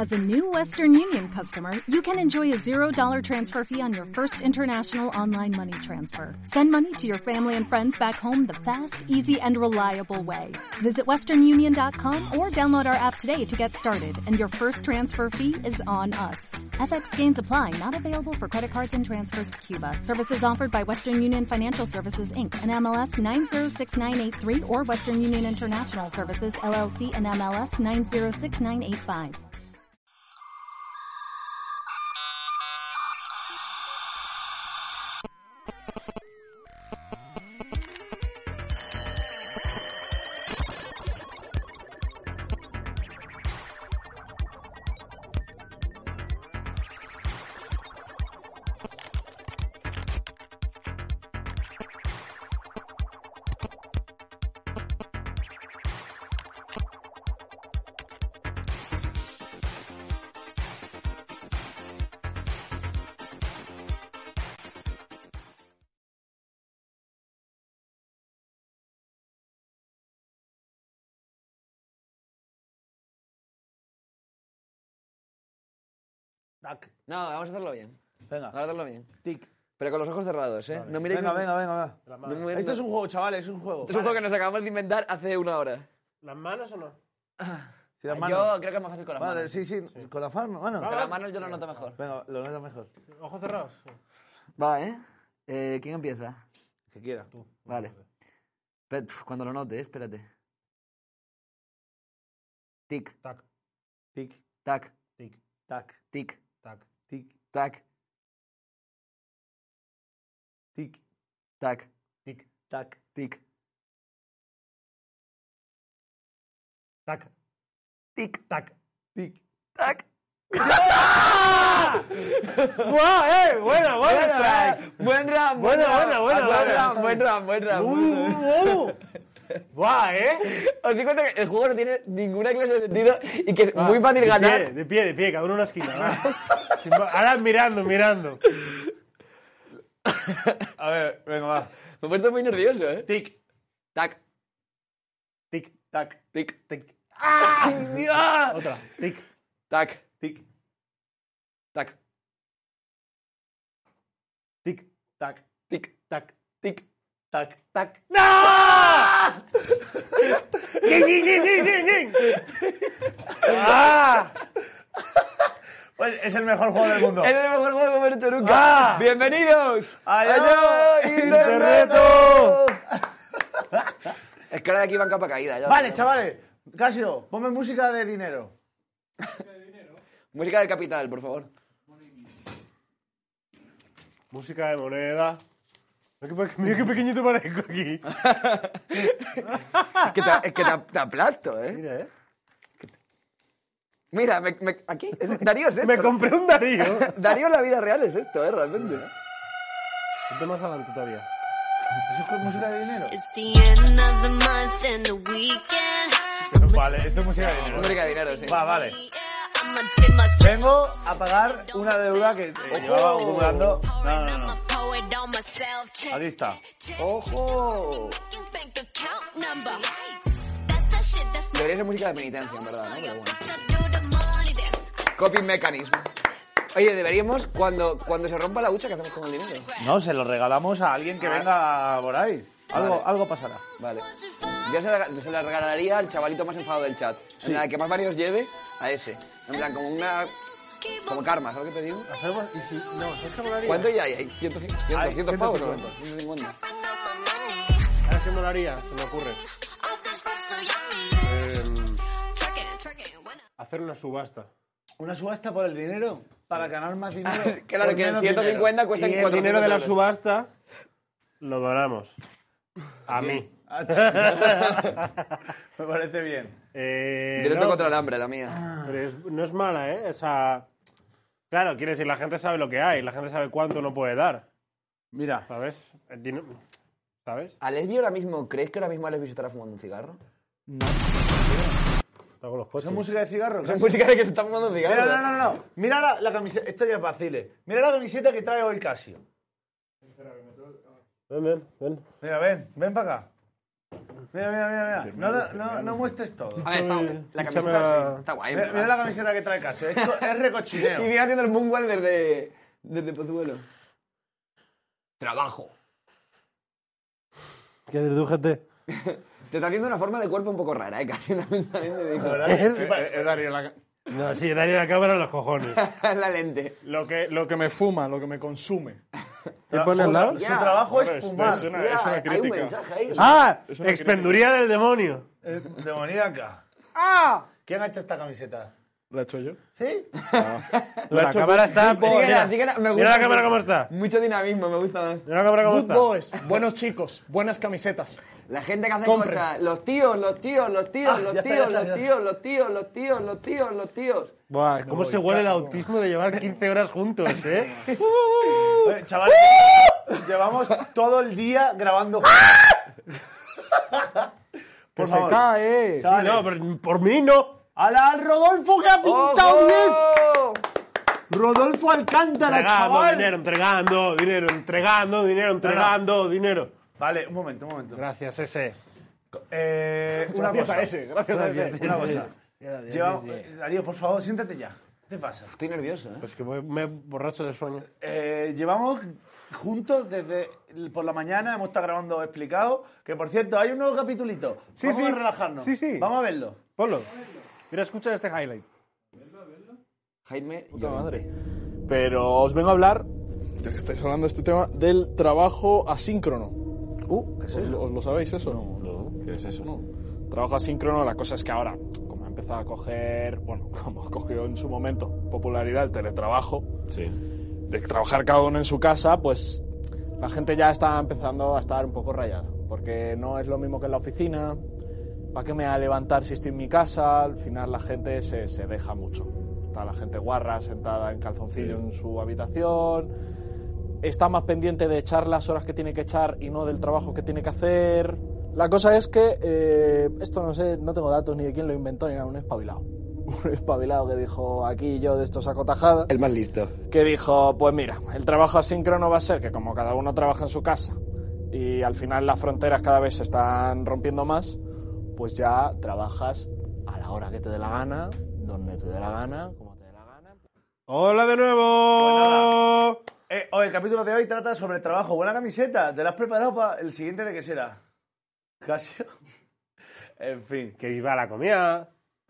As a new Western Union customer, you can enjoy a $0 transfer fee on your first international online money transfer. Send money to your family and friends back home the fast, easy, and reliable way. Visit westernunion.com or download our app today to get started, and your first transfer fee is on us. FX gains apply, not available for credit cards and transfers to Cuba. Services offered by Western Union Financial Services, Inc., and MLS 906983, or Western Union International Services, LLC, and MLS 906985. Tac. No, vamos a hacerlo bien. Venga. Vamos a hacerlo bien. Tic. Pero con los ojos cerrados, ¿eh? Vale. No miréis... Venga. No miréis- Esto es un juego, chavales, es un juego. Esto es un juego que nos acabamos de inventar hace una hora. ¿Las manos o no? Sí, las Yo manos. creo que es más fácil con las Vale, manos. sí. Con las manos, mano. Con las manos yo lo noto mejor. Venga, lo noto mejor. ¿Ojos cerrados? Sí. Va, ¿eh? ¿Quién empieza? Que quiera. Tú. Vale. Cuando lo note, espérate. Tic, Tac, Tic, tac, tic, tac, tic, tac, tic, tac, tic, tac, tic, tac. tic, tac, tic, tac. Tic. tac. ¡Buah, buena, buena strike! Buen round, buen round. ¡Buah, Os digo que el juego no tiene ninguna clase de sentido y que es muy fácil ganar. De pie, cada uno en una esquina. Va. Ahora mirando. A ver, venga, va. Me he puesto muy nervioso, ¿eh? Tic, Tac, Tic, tac, tic, tic. ¡ay, Dios! Otra. Tic, Tac, tic, tac, tic, tac, tic, tac, tic, tac. tac. ¡No! ¡Ging! ¡Ah! Pues es el mejor juego del mundo. Es el mejor juego que hemos hecho nunca. ¡Ah! ¡Bienvenidos! ¡Allá, Interneto! Es que ahora de aquí van capa caída. Ya. Vale, chavales. Casio, ponme música de dinero. Música del capital, por favor. Música de moneda. Mira qué pequeñito parezco aquí. Es que te aplasto, ¿eh? Mira, Mira, aquí. Darío es esto. Me compré un Darío. Darío en la vida real es esto, realmente. Ponte más adelante todavía. ¿Eso es música de dinero? It's the end of the month and the weekend. Vale, esto es música de dinero. Música de dinero, sí. Va, vale. I'ma tip myself. Vengo a pagar una deuda que llevaba acumulando. No. Poet on myself. Check, Ahí está. ¡Ojo! bank account number. That's the shit that's Debería ser música de penitencia, en verdad, ¿no? Pero bueno. do the money dance. Coping mechanism. Oye, deberíamos, cuando se rompa la hucha, ¿qué hacemos con el dinero? No, se lo regalamos a alguien que venga por ahí. Algo pasará. Vale. Yo se la regalaría al chavalito más enfadado del chat. Sí. En el que más varios lleve, a ese. En plan, como karma, ¿sabes lo que te digo? Hacemos... No, ¿sabes qué molaría? ¿Cuánto ya hay? ¿Hay 150? Hay 200 pavos o 150. 150? ¿Sabes qué molaría? Se me ocurre. Hacer una subasta. ¿Una subasta por el dinero? Para ganar más dinero. Claro, por que el menos 150 dinero. cuesta Y en el 400 dinero de la euros. subasta lo donamos. A mí. Me parece bien. Directo No, contra el hambre, la mía. pero no es mala, ¿eh? O sea, claro, quiere decir, la gente sabe lo que hay, la gente sabe cuánto no puede dar, Mira, ¿sabes? ¿Sabes? ¿A Lesbi ahora mismo, creéis que ahora mismo a Lesbi se estará fumando un cigarro? Está con los coches. ¿eso es música de cigarro? Es música de que se está fumando un cigarro. Mira, no. Mira la camiseta. Esto ya es vacile. Mira la camiseta que trae hoy Casio. Ven. Mira, ven para acá. Mira. No muestres todo. A ver, la Échame camiseta la- está guay, Mira ¿verdad? la camiseta que trae Casio. Es recochineo. Y mira haciendo el moonwalk desde Pozuelo. Trabajo. ¿Qué dedújate? Te está haciendo una forma de cuerpo un poco rara, Casi también me dijo. Es Darío, No, sí, daría la cámara en los cojones. La lente. Lo que me fuma, lo que me consume. ¿Qué pone al lado? Su trabajo Bueno, es fumar. es una Hay un crítica. mensaje ahí. ¡Ah! Es una Expenduría del demonio. Demoníaca. ¡Ah! ¿Quién ha hecho esta camiseta? ¿La he hecho yo? ¿Sí? La cámara está... Mira, me gusta mira la cámara cómo está. Mucho dinamismo, me gusta más. Mira la cámara cómo Good está. boys, buenos chicos, buenas camisetas. La gente que hace Compren. cosas. Los tíos. Buah, cómo se huele el autismo de llevar 15 horas juntos, ¿eh? Oye, chavales, llevamos todo el día grabando. Por Se favor. cae. Sí, Chavales. no, pero por mí no. ¡Hala, al Rodolfo que ha pintado 10! Rodolfo Alcántara, Entregando chaval. dinero, dinero. Vale, un momento. Gracias, ese. Una Gracias cosa. a ese, gracias a ese. Una cosa. Darío, por favor, siéntate ya. ¿Qué te pasa? Estoy nervioso, ¿eh? Pues que me borracho de sueño. Llevamos juntos desde por la mañana, hemos estado grabando explicado, que por cierto, hay un nuevo capitulito. Vamos a relajarnos. Sí. Vamos a verlo. Ponlo. Mira, escucha este highlight. Jaime, Puta madre. Pero os vengo a hablar, ya que estáis hablando de este tema, del trabajo asíncrono. ¿Qué es ¿Os lo sabéis eso? No. ¿Qué es eso? No. Trabajo asíncrono, la cosa es que ahora, como ha empezado a coger, bueno, como cogió en su momento popularidad el teletrabajo, Sí. de trabajar cada uno en su casa, pues la gente ya está empezando a estar un poco rayada. Porque no es lo mismo que en la oficina. ¿Para qué me voy a levantar si estoy en mi casa? Al final la gente se deja mucho. Está la gente guarra, sentada en calzoncillo en su habitación. Está más pendiente de echar las horas que tiene que echar y no del trabajo que tiene que hacer. La cosa es que, esto no sé, no tengo datos ni de quién lo inventó ni nada, un espabilado. Un espabilado que dijo, aquí yo de esto saco tajada. el más listo. Que dijo, pues mira, el trabajo asíncrono va a ser que como cada uno trabaja en su casa y al final las fronteras cada vez se están rompiendo más, pues ya trabajas a la hora que te dé la gana, donde te dé la gana, como te dé la gana. ¡Hola de nuevo! Hoy el capítulo de hoy trata sobre el trabajo. Buena camiseta. ¿Te la has preparado para el siguiente de qué será? Casio. En fin. Que viva la comida.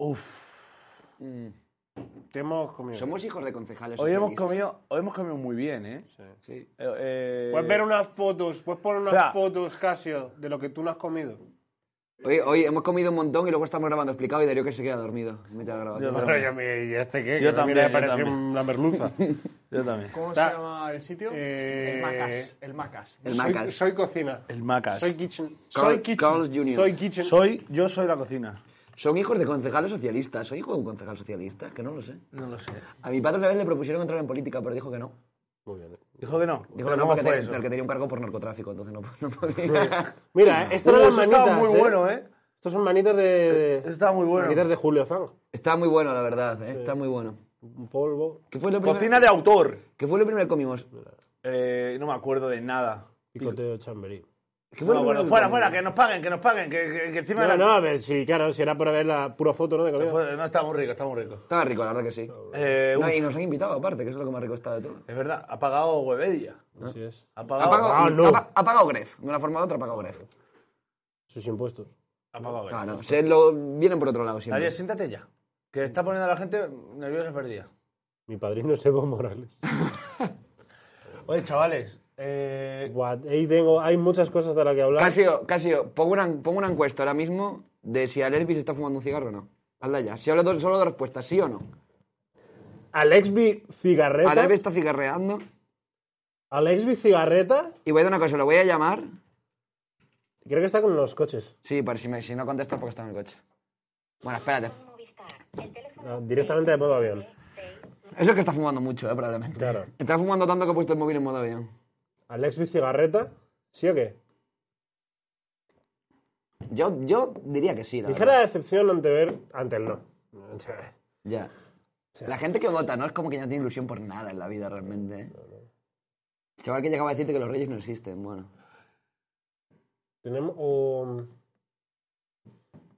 ¿Qué hemos comido? Somos hijos de concejales Hoy hemos socialistas. comido muy bien, ¿eh? Sí. Puedes ver unas fotos, puedes poner unas Espera. fotos, Casio, de lo que tú no has comido. Hoy hemos comido un montón y luego estamos grabando explicado y Darío que se queda dormido en mitad de la grabación. Yo- Bueno, ¿y este qué? Yo Que también, me yo parece también. una merluza. Yo también. ¿Cómo Da- se llama el sitio? Eh, El Macas. El Macas. El Macas. Soy cocina. El Macas. Soy kitchen. Soy Kitchen. Carl's Jr. Soy kitchen. Yo soy la cocina. Son hijos de concejales socialistas. ¿Soy hijo de un concejal socialista? Es que no lo sé. No lo sé. A mi padre una vez le propusieron entrar en política, pero dijo que no. Muy bien. Dijo que no. Dijo que no ¿Cómo porque, fue eso? porque tenía un cargo por narcotráfico, entonces no podía. Mira, esto eran las Eso estaba manitas. muy bueno, ¿eh? Estos son manitas de. Eso estaba muy bueno. Manitas de Julio Zang. Está muy bueno, la verdad. Está muy bueno. Un polvo. ¿Qué fue lo primero, Cocina de autor. ¿Qué fue lo primero que comimos? No me acuerdo de nada. Picoteo chamberí. ¿Qué fue No, lo bueno, primero que fuera, comimos? que nos paguen, que encima No, a ver, sí, claro, si era por ver la pura foto, ¿no? De comida. No, está muy rico, está muy rico. Estaba rico, la verdad que sí. No, y nos han invitado aparte, que eso es lo que más rico está de todo. Es verdad, ha pagado Webedia. Así es. Ha Ha pagado, pagado, no. ha pagado Gref. De una forma u otra ha pagado Gref. Sus impuestos. ha pagado. Claro, vienen por otro lado siempre. Darío, siéntate ya. Que está poniendo a la gente nerviosa perdida. Mi padrino es Evo Morales. Oye, chavales. Ahí hay muchas cosas de las que hablar. Casio, pongo una encuesta ahora mismo de si Alervis está fumando un cigarro o no. Hazla ya. Si hablo solo de respuestas, ¿sí o no? Alexby cigarreta. Alervis está cigarreando. Alexby cigarreta. Y voy a decir una cosa, lo voy a llamar. Creo que está con los coches. Sí, para si no contesta porque está en el coche. Bueno, espérate. No, directamente de modo avión. Eso es que está fumando mucho, probablemente. Claro. Está fumando tanto que he puesto el móvil en modo avión. Alexby cigarreta. ¿Sí o qué? Yo diría que sí, la Ligera verdad. decepción ante el no. Ya. La gente que vota, ¿no? Es como que ya no tiene ilusión por nada en la vida, realmente. ¿Eh? El chaval que llegaba a decirte que los reyes no existen, bueno. Tenemos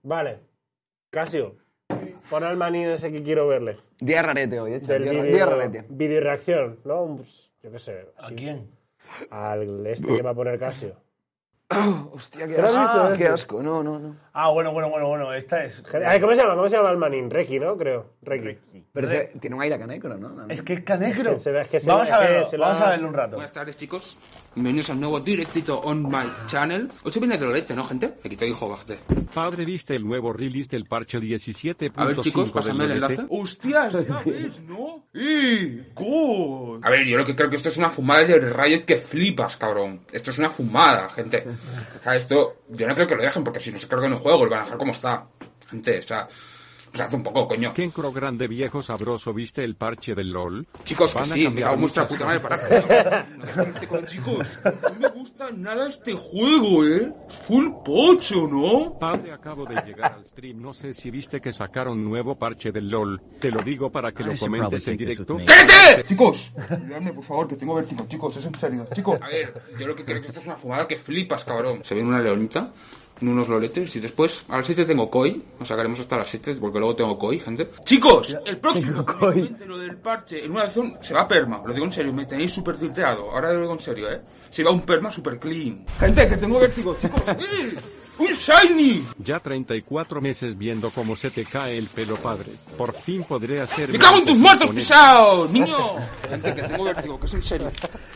Vale. Casio, pon al manín ese que quiero verle. Día rarete hoy, Del día rarete. Video reacción, ¿no? Pues, yo qué sé. ¿A quién? Al que va a poner Casio. Hostia, qué ¿Pero has asco. visto Qué este? asco, no. Ah, bueno. Esta es. Ay, ¿cómo se llama? ¿Cómo se llama el manín? Reiki, ¿no? Creo. Reiki. Pero tiene un aire a canecro, ¿no? También. Es que es canecro. Es que se Vamos ve- a es que verlo, se vamos la- a verlo un rato. Buenas tardes, chicos. Bienvenidos al nuevo directito on my channel. Hoy se viene de Lolete, ¿no, gente? Aquí te dijo, bajate. Padre, ¿viste el nuevo release del parche 17.5 A ver, chicos, del pásame el Lolete? enlace. ¡Hostias! Ya ves, ¿no? ¡God! A ver, yo lo que creo que esto es una fumada de Riot que flipas, cabrón. Esto es una fumada, gente. O sea, esto... Yo no creo que lo dejen, porque si no se cargan el juego, lo van a dejar como está. Gente, o sea... Pues hace un poco, coño. ¿Qué encro grande viejo sabroso viste el parche del LOL? Chicos, que Van a sí, me cambiar cago en vuestra muchas puta madre cosas. para... No dejen este con chicos. No me gusta nada este juego, ¿eh? Es full pocho, ¿no? Padre, acabo de llegar al stream. No sé si viste que sacaron nuevo parche del LOL. Te lo digo para que lo comentes en directo. ¡Cállate! Chicos, cuidadme, por favor, que tengo vértigo, chicos, es en serio, chicos. A ver, yo lo que creo que esto es una fumada que flipas, cabrón. Se viene una leonita, unos loletes, y después, a las 7 tengo koi, nos sacaremos hasta las 7, porque luego tengo koi, gente. Chicos, el próximo, lo del parche, en una zona, se va a perma, lo digo en serio, me tenéis súper tilteado, ahora lo digo en serio, se va un perma súper clean. Gente, que tengo vértigo, chicos, ¡un shiny! Ya 34 meses viendo cómo se te cae el pelo, padre. Por fin podré hacer... ¡Me cago en tus muertos, con él. pisao, niño! Gente, que tengo vértigo, que es en serio.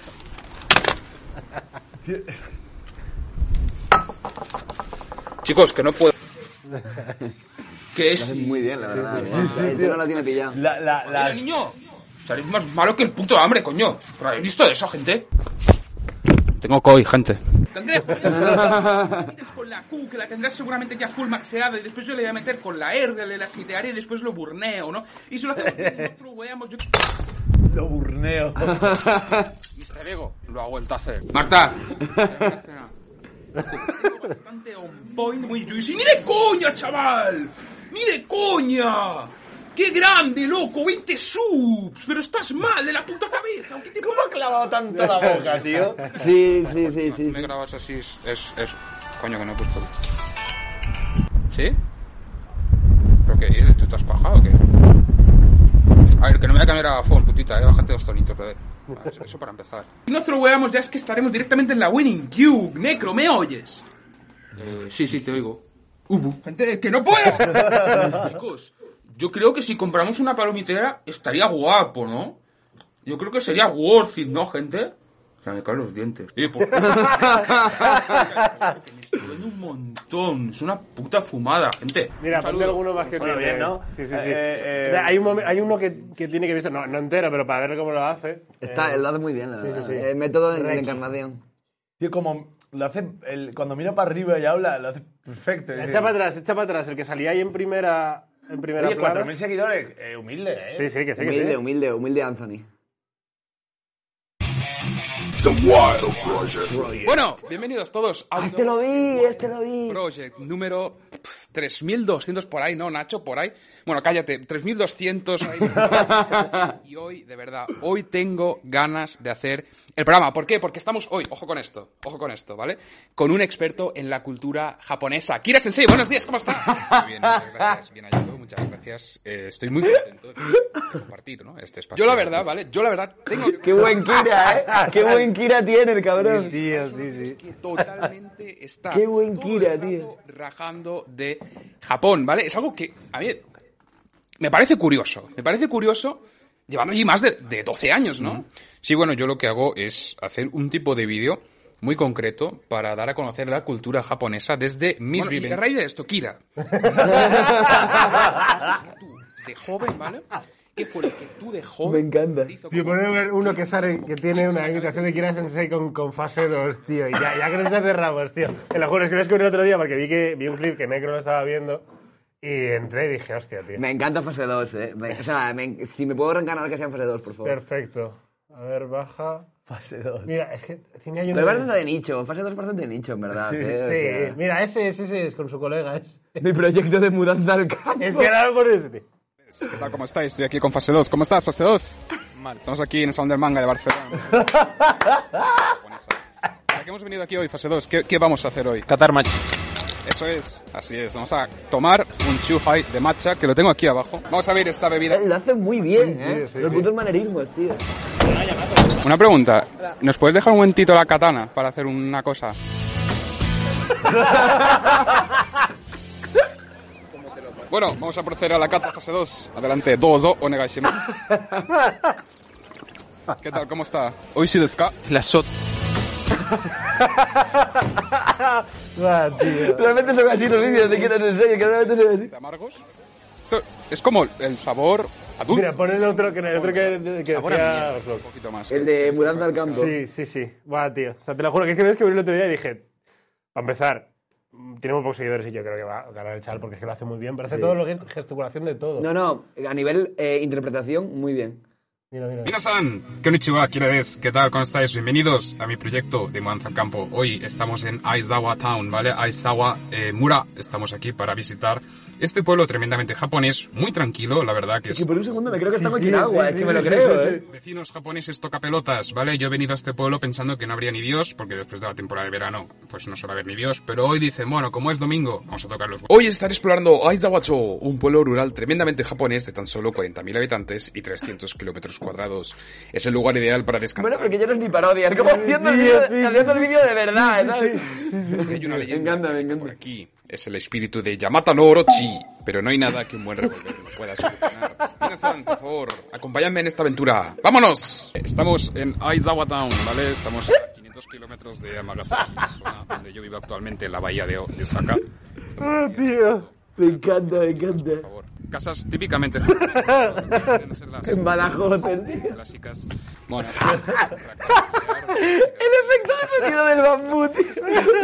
Chicos, que no puedo. ¿Qué es? Muy bien, la verdad. El tío no la tiene pillada. ¡Mira, niño! O sea, eres más malo que el puto hambre, coño. ¿Pero habéis visto eso, gente? Tengo koi, gente. Cangrejo, metes con la Q, que la tendrás seguramente ya full maxeada, y después yo le voy a meter con la R, le la sitearé y después lo burneo, ¿no? Y si lo hacemos nosotros, weamos, yo... Lo burneo. Mr. Ego lo ha vuelto a hacer. Marta. Tengo bastante on point, muy juicy. ¡Ni de coña, chaval! ¡Ni de coña! ¡Qué grande, loco! 20 subs. Pero estás mal de la puta cabeza. ¿Qué te ¿Cómo ha clavado tanto la boca, tío? Sí. Me grabas así, es... Coño, que no he puesto... ¿Sí? ¿Pero qué dices? ¿Tú estás cuajado o qué? A ver, que no me voy a cambiar a phone, putita, bájate 2 tonitos, brother. Vale, eso para empezar. Si no throweamos ya es que estaremos directamente en la winning queue. Necro, ¿me oyes? Sí, te oigo. Gente, que no puedo. Chicos, yo creo que si compramos una palomitera estaría guapo, ¿no? Yo creo que sería worth it, ¿no, gente? O sea, me caen los dientes. Me estoy viendo un montón. Es una puta fumada, gente. Mira, ponte alguno más que Bueno, tiene. bien, ¿no? Sí. Hay uno que tiene que visto, no entero, pero para ver cómo lo hace. Lo hace muy bien, la verdad. sí. El método de Reiki. encarnación. Tío, como lo hace... cuando mira para arriba y habla, lo hace perfecto. Echa para atrás, el que salía ahí en primera Oye, plana. 4.000 seguidores, humilde, ¿eh? Sí, que sí. Humilde Anthony. Bueno, bienvenidos todos a Este lo vi. Project número 3200 por ahí, ¿no, Nacho? Por ahí. Bueno, cállate, 3200 ahí. Y hoy, de verdad, hoy tengo ganas de hacer el programa. ¿Por qué? Porque estamos hoy, ojo con esto, ¿vale? Con un experto en la cultura japonesa. Kira Sensei, buenos días, ¿cómo estás? Muy bien, muchas gracias. Bien hallado, muchas gracias. Estoy muy contento de compartir, ¿no? Este espacio. Yo la verdad, ¿vale? Tengo que... Qué buen Kira, ¿eh? Qué buen Kira tiene el cabrón. Sí. Que totalmente está Qué buen todo Kira, el rato tío. rajando de Japón, ¿vale? Es algo que a mí me parece curioso, llevando allí más de 12 años, ¿no? Sí, bueno, yo lo que hago es hacer un tipo de vídeo muy concreto para dar a conocer la cultura japonesa desde mis vivencias. Y a raíz de esto, Kira. Tú, de joven, ¿vale? ¿Qué fue lo que tú de joven? Me encanta. Tío, poner uno que sale, que tiene una imitación de Kira Sensei con fase 2, tío. Y ya que no se cerramos, tío. Te lo juro, es que lo descubrí el otro día porque vi un clip que Necro lo estaba viendo y entré y dije, hostia, tío. Me encanta fase 2, ¿eh? O sea, si me puedo reencarnar que sea en fase 2, por favor. Perfecto. A ver, baja. Fase 2. Mira, es que tiene ahí Pero es bastante de nicho, fase 2 es bastante de nicho, en verdad. Sí, ¿eh? O sea, mira, ese es con su colega. mi proyecto de mudanza al campo. Es que era por ese, tío. ¿Qué tal? ¿Cómo estáis? Estoy aquí con Fase 2. ¿Cómo estás, Fase 2? Mal. Estamos aquí en el Salón del Manga de Barcelona. ¿Para qué hemos venido aquí hoy, Fase 2? ¿Qué vamos a hacer hoy? Qatar Match. Eso es, así es. Vamos a tomar un chuhai de matcha, que lo tengo aquí abajo. Vamos a ver esta bebida. Lo hace muy bien, Sí, ¿eh? tío, sí, Los sí. putos manerismos, tío. Una pregunta. ¿Nos puedes dejar un momentito la katana para hacer una cosa? Bueno, vamos a proceder a la kata fase 2. Adelante, dozo, onegaishimasu. ¿Qué tal? ¿Cómo está? Oishi desu ka? La SOT. Tío. Realmente son así los vídeos de Kira Sensei, que realmente se ve así. ¿De amargos? Esto es como el sabor adulto. Mira, pon el otro que Sabor a decía mierda, Oslo. un poquito más. El de Mudanza al Campo. Sí. Buah, tío. O sea, te lo juro que es que ves que vi el otro día y dije, para empezar, tiene muy pocos seguidores y yo creo que va a ganar el chaval porque es que lo hace muy bien. Pero hace todo lo que es gesticulación de todo. No, a nivel interpretación, muy bien. Mira. Minasan, konnichiwa, Kira desu. ¿Qué tal? ¿Cómo estáis? Bienvenidos a mi proyecto de Mudanza al Campo. Hoy estamos en Aizawa Town, ¿vale? Aizawa Mura. Estamos aquí para visitar este pueblo tremendamente japonés, muy tranquilo, la verdad que es... Que por un segundo me creo que estamos aquí en agua, es que me lo creo, ¿eh? Vecinos japoneses tocapelotas, ¿vale? Yo he venido a este pueblo pensando que no habría ni Dios, porque después de la temporada de verano, pues no suele haber ni Dios, pero hoy dicen, bueno, como es domingo, vamos a tocar los... Hoy estaré explorando Aizawa-cho, un pueblo rural tremendamente japonés de tan solo 40.000 habitantes y 300 kilómetros cuadrados. Es el lugar ideal para descansar. Bueno, porque ya no es ni parodia, es como haciendo el vídeo de verdad, ¿sabes? Hay una leyenda Me encanta. por aquí. Es el espíritu de Yamata no Orochi, pero no hay nada que un buen revólver no pueda solucionar. Minasan, por favor, acompáñame en esta aventura. ¡Vámonos! Estamos en Aizawa Town, ¿vale? Estamos a 500 kilómetros de Amagasaki, la zona donde yo vivo actualmente, en la bahía de Osaka. Tío. Me encanta. Por favor. Casas típicamente japonesas, En Badajoz, tío. clásicas. Bueno, El efecto de sonido del bambú, tío.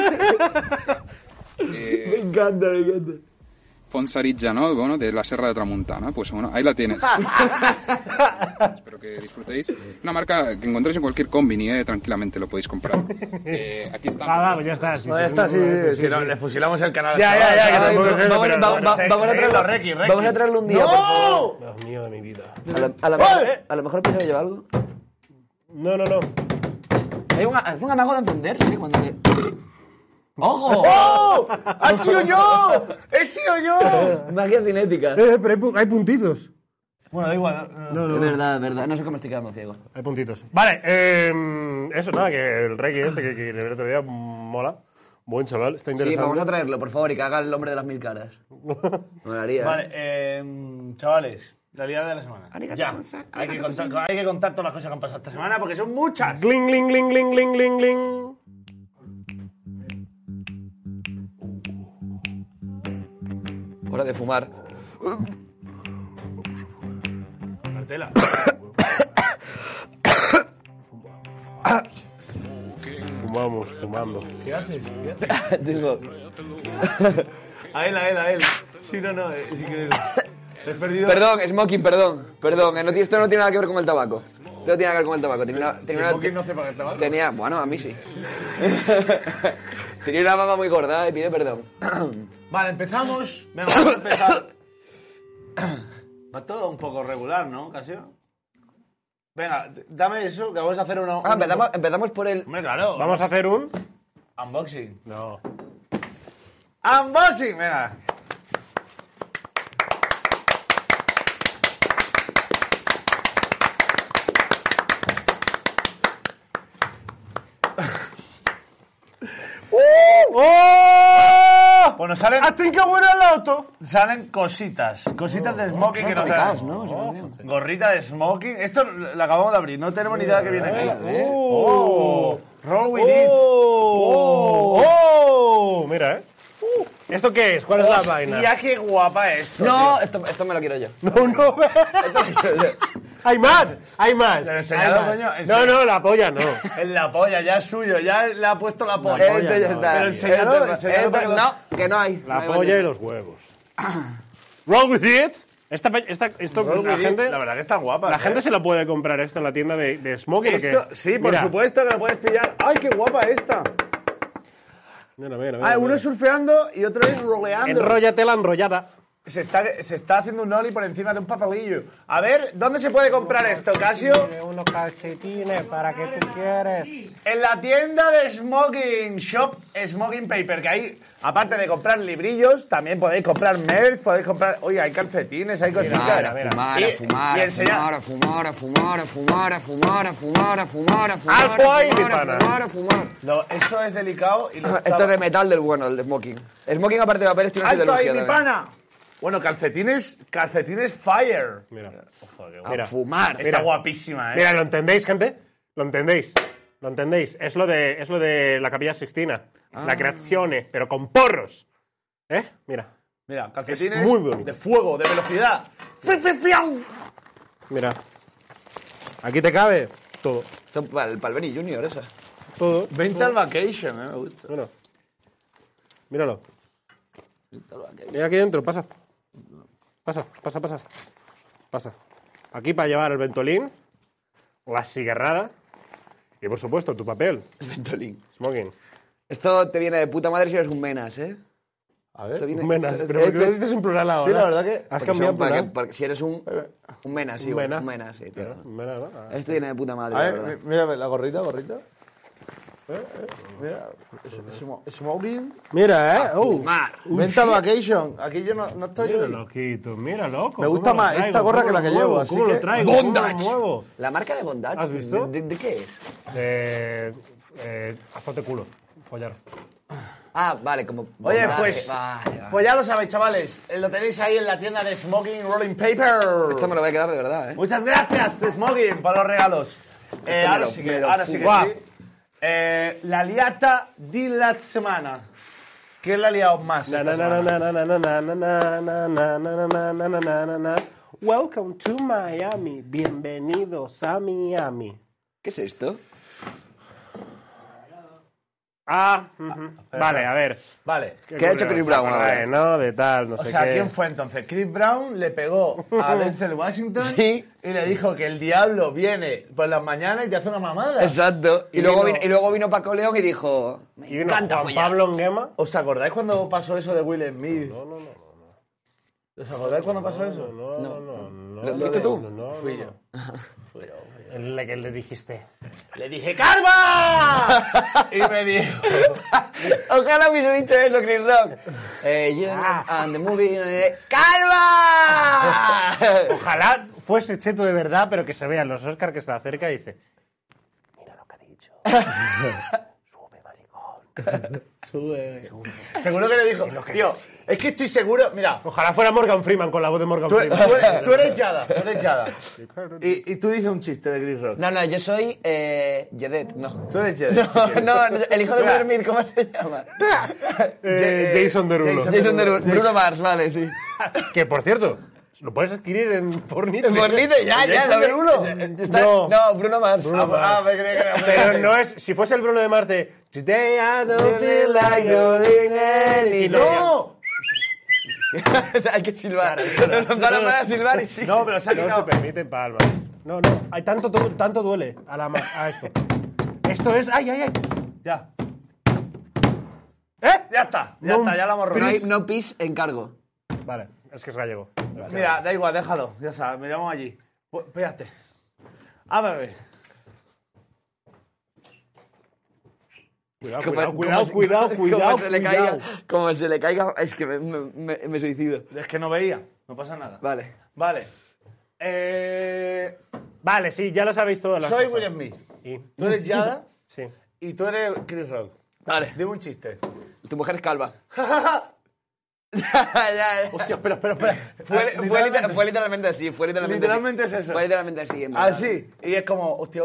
Me encanta. Fonsarilla, ¿no? Bueno, de la Serra de Tramuntana. Pues bueno, ahí la tienes. Espero que disfrutéis. Una marca que encontréis en cualquier combini, tranquilamente lo podéis comprar. Aquí está. Pues ya está. No, ya está, sí. Si no, le fusilamos el canal. Ya, que tampoco es eso, pero... Vamos a traerlo un día, por favor. Dios mío de mi vida. A lo mejor pienso que lleva algo. No. Hace un amago de encender, ¿sí? Cuando le... ¡Ojo! ¡Oh! ¡Ha sido yo! ¡He sido yo! Magia cinética. Pero hay puntitos. Bueno, da igual. Es verdad. No sé cómo me estoy quedando ciego. Hay puntitos. Vale, eso, nada, que el Reiki este que el otro día mola. Buen chaval, está Sí, interesante. vamos a traerlo, por favor, y que haga el hombre de las 1000 caras. Me haría. Vale, chavales, la liada de la semana. Ya, hay que contar todas las cosas que han pasado esta semana porque son muchas. Gling, gling, gling, gling, gling, gling, gling. Hora de fumar. Martela. Fumando. ¿Qué haces? Tengo... A él. Sí, no, es increíble. Te has perdido. Perdón, Smoking, perdón. Esto no tiene nada que ver con el tabaco. Esto no tiene nada que ver con el tabaco. Smoking no hace para el tabaco. Bueno, a mí sí. Tenía una mama muy gorda y pide perdón. Vale, empezamos. Venga, vamos a empezar. Va todo un poco regular, ¿no, Casio? Venga, dame eso, que vamos a hacer una... Empezamos por el... Hombre, claro. Vamos a hacer un... Unboxing. No. ¡Unboxing! Venga. ¡Oh! Bueno, salen... I think I win a lotto. Salen cositas de smoking que nos traen. ¿no? Gorrita de smoking. Esto lo acabamos de abrir, no tenemos ni idea de qué viene aquí. Roll with it. Mira, ¿Esto qué es? ¿Cuál es la vaina? Mira qué guapa esto. No, esto me lo quiero yo. No. ¡Hay más! ¿Te lo he enseñado, coño? No, la polla no. En la polla, ya es suyo, ya le ha puesto la polla. Pero enseñalo para que lo... No, que no hay. La polla y los huevos. Roll with it. Esto la gente... La verdad que está guapa. La gente se lo puede comprar esto en la tienda de smoking. Esto, sí, por supuesto que lo puedes pillar. ¡Ay, qué guapa esta! Mira. Uno es surfeando y otro es roleando. Enróllate la enrollada. Se está haciendo un ollie por encima de un papelillo. A ver, ¿dónde se puede comprar esto, Casio? Unos calcetines, ¿para qué tú quieres? En la tienda de Smoking Shop Smoking Paper, que ahí, aparte de comprar librillos, también podéis comprar merch, podéis comprar... Oye, hay calcetines, hay cositas. Algo ahí, mi pana. Eso es delicado y lo Esto es de metal del bueno, el de smoking. Smoking, aparte de papeles, tiene una ¡Alto ahí, ideología mi también. pana! Bueno, calcetines fire. Mira. A fumar. Está guapísima, ¿eh? Mira, ¿lo entendéis, gente? ¿Lo entendéis? ¿Lo entendéis? Es lo de la Capilla Sixtina. La creazione, pero con porros. ¿Eh? Mira. Mira, calcetines Es muy bonito. de fuego, de velocidad. ¡Fi-fi-fiam! Mira. Aquí te cabe todo. Son para el Benny Junior, esa. Todo. Vente al vacation, me gusta. Bueno. Míralo. Mira aquí dentro, pasa. Pasa. Aquí para llevar el ventolín, la cigarrada y, por supuesto, tu papel. El ventolín. Smoking. Esto te viene de puta madre si eres un menas, ¿eh? A ver. Te viene... Menas. ¿Pero por qué lo dices en plural ahora? Sí, la verdad que... Has Porque cambiado en plural. porque si eres un menas, sí. Un mena. Un menas, sí, tío. Menas, ¿no? Ah. Esto viene de puta madre, A la ver, verdad. mira la gorrita. Mira, smoking. Mira, Mar. Vente al vacation. Aquí yo no estoy... Mira, loquito, mira, loco. Me gusta ¿Cómo lo más traigo? esta gorra ¿Cómo que la lo que muevo? llevo, así ¿Cómo que- lo traigo? ¿Cómo lo Bondage. muevo? La marca de Bondage. ¿Has visto? ¿De qué es? Azote culo. Follar. Ah, vale, como... Oye, Bondage. pues, Vale. pues ya lo sabéis, chavales. Lo tenéis ahí en la tienda de Smoking Rolling Paper. Esto me lo voy a quedar de verdad, ¿eh? Muchas gracias, Smoking, por los regalos. Ahora sí que sí. La liata di la semana. ¿Quién la ha liado más esta semana? Welcome to Miami. Bienvenidos a Miami. ¿Qué es esto? Vale, a ver. Vale. ¿Qué ha hecho Chris Brown ahora? No, de tal, no O sé sea, qué. ¿quién fue entonces? Chris Brown le pegó a Denzel Washington Sí. y le dijo que el diablo viene por las mañanas y te hace una mamada. Exacto. Y luego vino Paco León y dijo... Me Y vino encanta Juan follar. Pablo Nguema. ¿Os acordáis cuando pasó eso de Will Smith? No. ¿Os acordáis cuando pasó eso? No. ¿Lo fuiste tú? No, Fui yo. El que le dijiste. Le dije ¡Calma! Y me dijo... Ojalá hubiese dicho eso, Chris Rock. And the movie... ¡Calma! Ojalá fuese Cheto de verdad, pero que se vean los Oscars que se le acerca y dice... Mira lo que ha dicho. Sube, maricón. Sube. Seguro que le dijo, tío, es que estoy seguro, mira, Ojalá fuera Morgan Freeman con la voz de Morgan tú Freeman. eres Yada. Y tú dices un chiste de Chris Rock. No, yo soy... Jedet, no. Tú eres Yada. No, el hijo de Will Smith, ¿cómo se llama? Jason Derulo. Jason Derulo. Bruno Mars, vale, sí. Que, por cierto, lo puedes adquirir en Fornite. Fornite, ya, ¿Jason lo Derulo? No, Bruno Mars. Me creía que era Pero no es... Si fuese el Bruno de Marte... Today I don't feel like going any... ¡No! Hay que silbar. Nos van a silbar y sí. No, pero se ha No se quitado. permiten palmas. No. Hay tanto duele a esto. Esto es... ¡Ay! Ya. ¿Eh? Ya está, ya lo hemos roto. No pis encargo. Vale, es que es gallego. Mira, da igual, déjalo, ya sabes, miramos allí. Espérate. A ver. Cuidado. Como se le caiga, es que me suicido. Es que no veía, no pasa nada. Vale. Vale. Vale, sí, ya lo sabéis todas las Soy cosas. Will Smith. Y... Tú eres Yada Sí. y tú eres Chris Rock. Vale. Dime un chiste. Tu mujer es calva. Hostia, espera. Fue literalmente así. Literalmente es eso. Fue literalmente así. en verdad. Así. Y es como, hostia.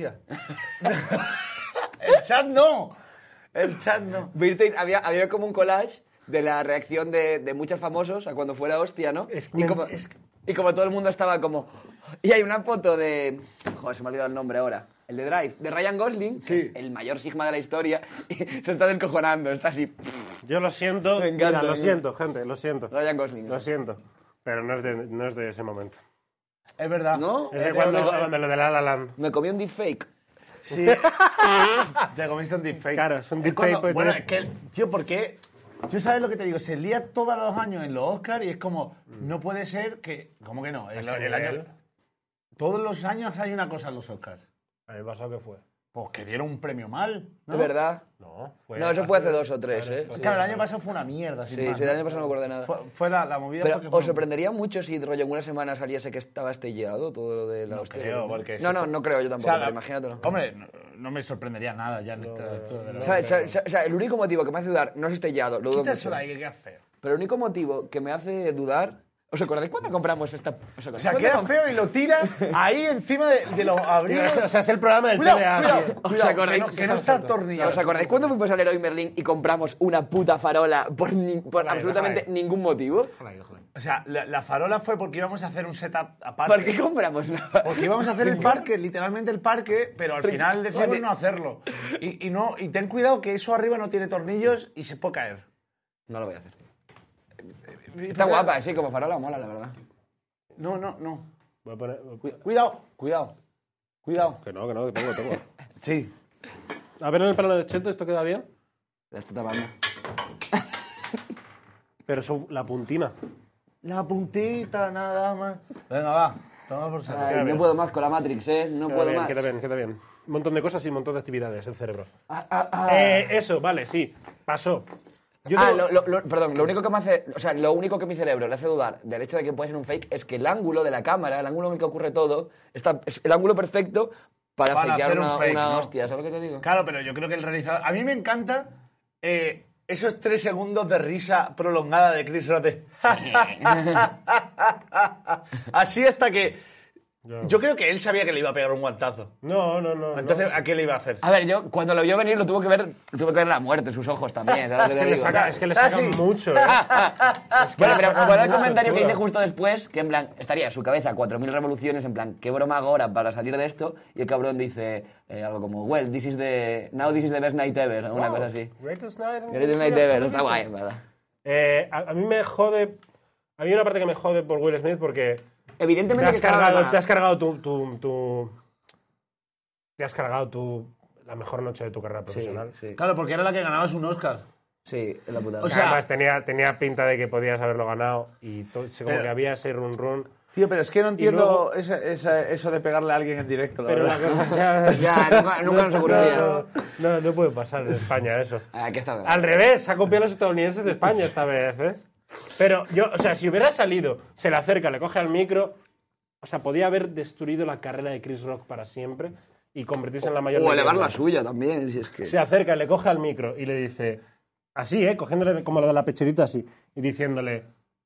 El chat no. ¿Visteis? Había como un collage de la reacción de muchos famosos a cuando fuera hostia, ¿no? Y como todo el mundo estaba como... Y hay una foto de... Joder, se me ha olvidado el nombre ahora. El de Drive, de Ryan Gosling, que es el mayor sigma de la historia, y se está descojonando, está así... Yo lo siento. Me encanta, Mira, lo siento, gente, lo siento. Ryan Gosling. Lo siento. Pero no es de ese momento. Es verdad. ¿No? Es de cuando lo de La La Land. Me comí un deepfake. Sí. Te comiste un deepfake. Claro, es un Es deepfake, cuando- pues, Bueno, tiene- es que, tío, ¿por qué? Tú sabes lo que te digo, se lía todos los años en los Oscars y es como, no puede ser que... ¿Cómo que no? El año, todos los años hay una cosa en los Oscars. El pasado que fue. Pues que dieron un premio mal, ¿no? ¿De verdad? No, No, eso fue hace 2 o 3, ¿eh? Claro, el año pasado fue una mierda. Sí, el año pasado no me acuerdo de nada. Fue la movida. Pero fue que os sorprendería mucho si rollo en una semana saliese que estaba estellado todo lo de la hostia. creo, porque No creo yo tampoco, pero imagínatelo. Hombre, no me sorprendería nada ya en esta altura de la O sea, el único motivo que me hace dudar no es estellado, lo dudo Quita mucho. eso de ahí, que queda feo. Pero el único motivo que me hace dudar... ¿Os acordáis cuando compramos esta...? O sea, queda feo y lo tira ahí encima de los abrigos. O sea, es el programa del Cuidado, TDA. cuidado, tío. cuidado, acordáis? que no está atornillado. ¿Os acordáis cuando fuimos al Leroy Merlin y compramos una puta farola por absolutamente ningún motivo? O sea, la farola fue porque íbamos a hacer un setup aparte. ¿Por qué compramos una farola? Porque íbamos a hacer el parque, literalmente el parque, pero al final decidimos no hacerlo. Y ten cuidado que eso arriba no tiene tornillos y se puede caer. No lo voy a hacer. Está guapa, sí, como farola mola, la verdad. No. Voy a poner... Cuidado. Que no, que tengo. Sí. A ver en el plano de Cheto, ¿esto queda bien? La está tapando. Pero la puntina. La puntita, nada más. Venga, va. Toma por saco. Ay, no puedo más con la Matrix, ¿eh? No puedo más. Queda bien. Un montón de cosas y un montón de actividades, el cerebro. Eso, vale, sí. Pasó. Perdón, lo único que me hace... O sea, lo único que mi cerebro le hace dudar del hecho de que puede ser un fake es que el ángulo de la cámara, el ángulo en el que ocurre todo, es el ángulo perfecto para fakear hacer un fake, una ¿no? hostia, ¿sabes lo que te digo? Claro, pero yo creo que el realizador... A mí me encanta esos 3 segundos de risa prolongada de Chris Rock. Así hasta que... Yo creo que él sabía que le iba a pegar un guantazo. No. Entonces, ¿a qué le iba a hacer? A ver, yo cuando lo vio venir lo tuve que ver la muerte en sus ojos también. ¿sabes lo que te digo? Es que le sacan mucho. Bueno, pero bueno, el comentario que hice justo después, que en plan, estaría su cabeza a 4.000 revoluciones, en plan, qué broma ahora para salir de esto, y el cabrón dice algo como, well, now this is the best night ever, una cosa así. Greatest night ever, está guay, en verdad. A mí me jode... A mí hay una parte que me jode por Will Smith porque... Evidentemente te has cargado la mejor noche de tu carrera profesional. Sí. Claro, porque era la que ganabas un Oscar. Sí, es la putada. O sea, además tenía pinta de que podías haberlo ganado y como que había ese run. Tío, pero es que no entiendo luego- eso de pegarle a alguien en directo, la Pero verdad. Nunca nos ocurriría. No puede pasar en España eso. Aquí está. Al revés, se ha copiado a los estadounidenses de España esta vez, ¿eh? Pero yo, o sea, si hubiera salido, se le acerca, le coge al micro, o sea, podía haber destruido la carrera de Chris Rock para siempre y convertirse en la mayor... O elevar leyenda. la suya también, si es que... Se acerca, le coge al micro y le dice, así, cogiéndole como lo de la pecherita así, y diciéndole,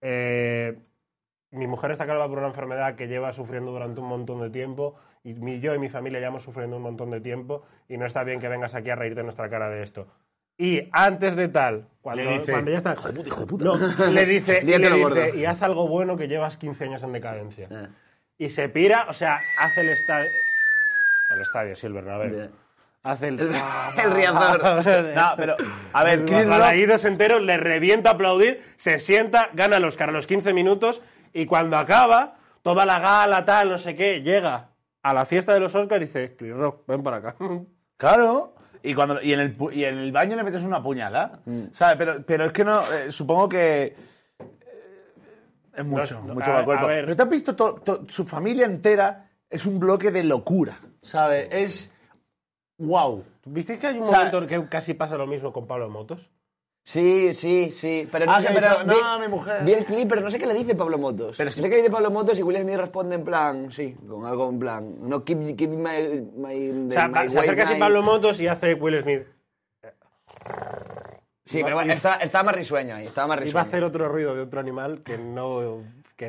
mi mujer está calva por una enfermedad que lleva sufriendo durante un montón de tiempo y yo y mi familia llevamos sufriendo un montón de tiempo y no está bien que vengas aquí a reírte de nuestra cara de esto. Y antes de tal, cuando ya está... Hijo de puta. No, le dice, y haz algo bueno que llevas 15 años en decadencia. Y se pira, o sea, hace el estadio, sí, el Bernabéu. Hace el riazor. No, pero, a ver, Chris Rock... Balaídos enteros, le revienta a aplaudir, se sienta, gana el Oscar a los 15 minutos y cuando acaba, toda la gala, tal, no sé qué, llega a la fiesta de los Oscars y dice, Chris Rock, ven para acá. Claro. Y en el baño le metes una puñalada, ¿sabes? Pero es que no... supongo que... es mucho para el cuerpo. ¿Pero te has visto su familia entera? Es un bloque de locura, ¿sabes? Es... ¡Wow! ¿Visteis que hay un momento en que casi pasa lo mismo con Pablo Motos? Sí, pero no sé, pero mi mujer. Vi el clip, pero no sé qué le dice Pablo Motos. Pero sé que le dice Pablo Motos y Will Smith responde en plan, sí, con algo en plan, no keep my o sea, se acerca así Pablo Motos y hace Will Smith. Sí, pero bueno, estaba más risueño ahí, estaba más risueño. Iba a hacer otro ruido de otro animal que no.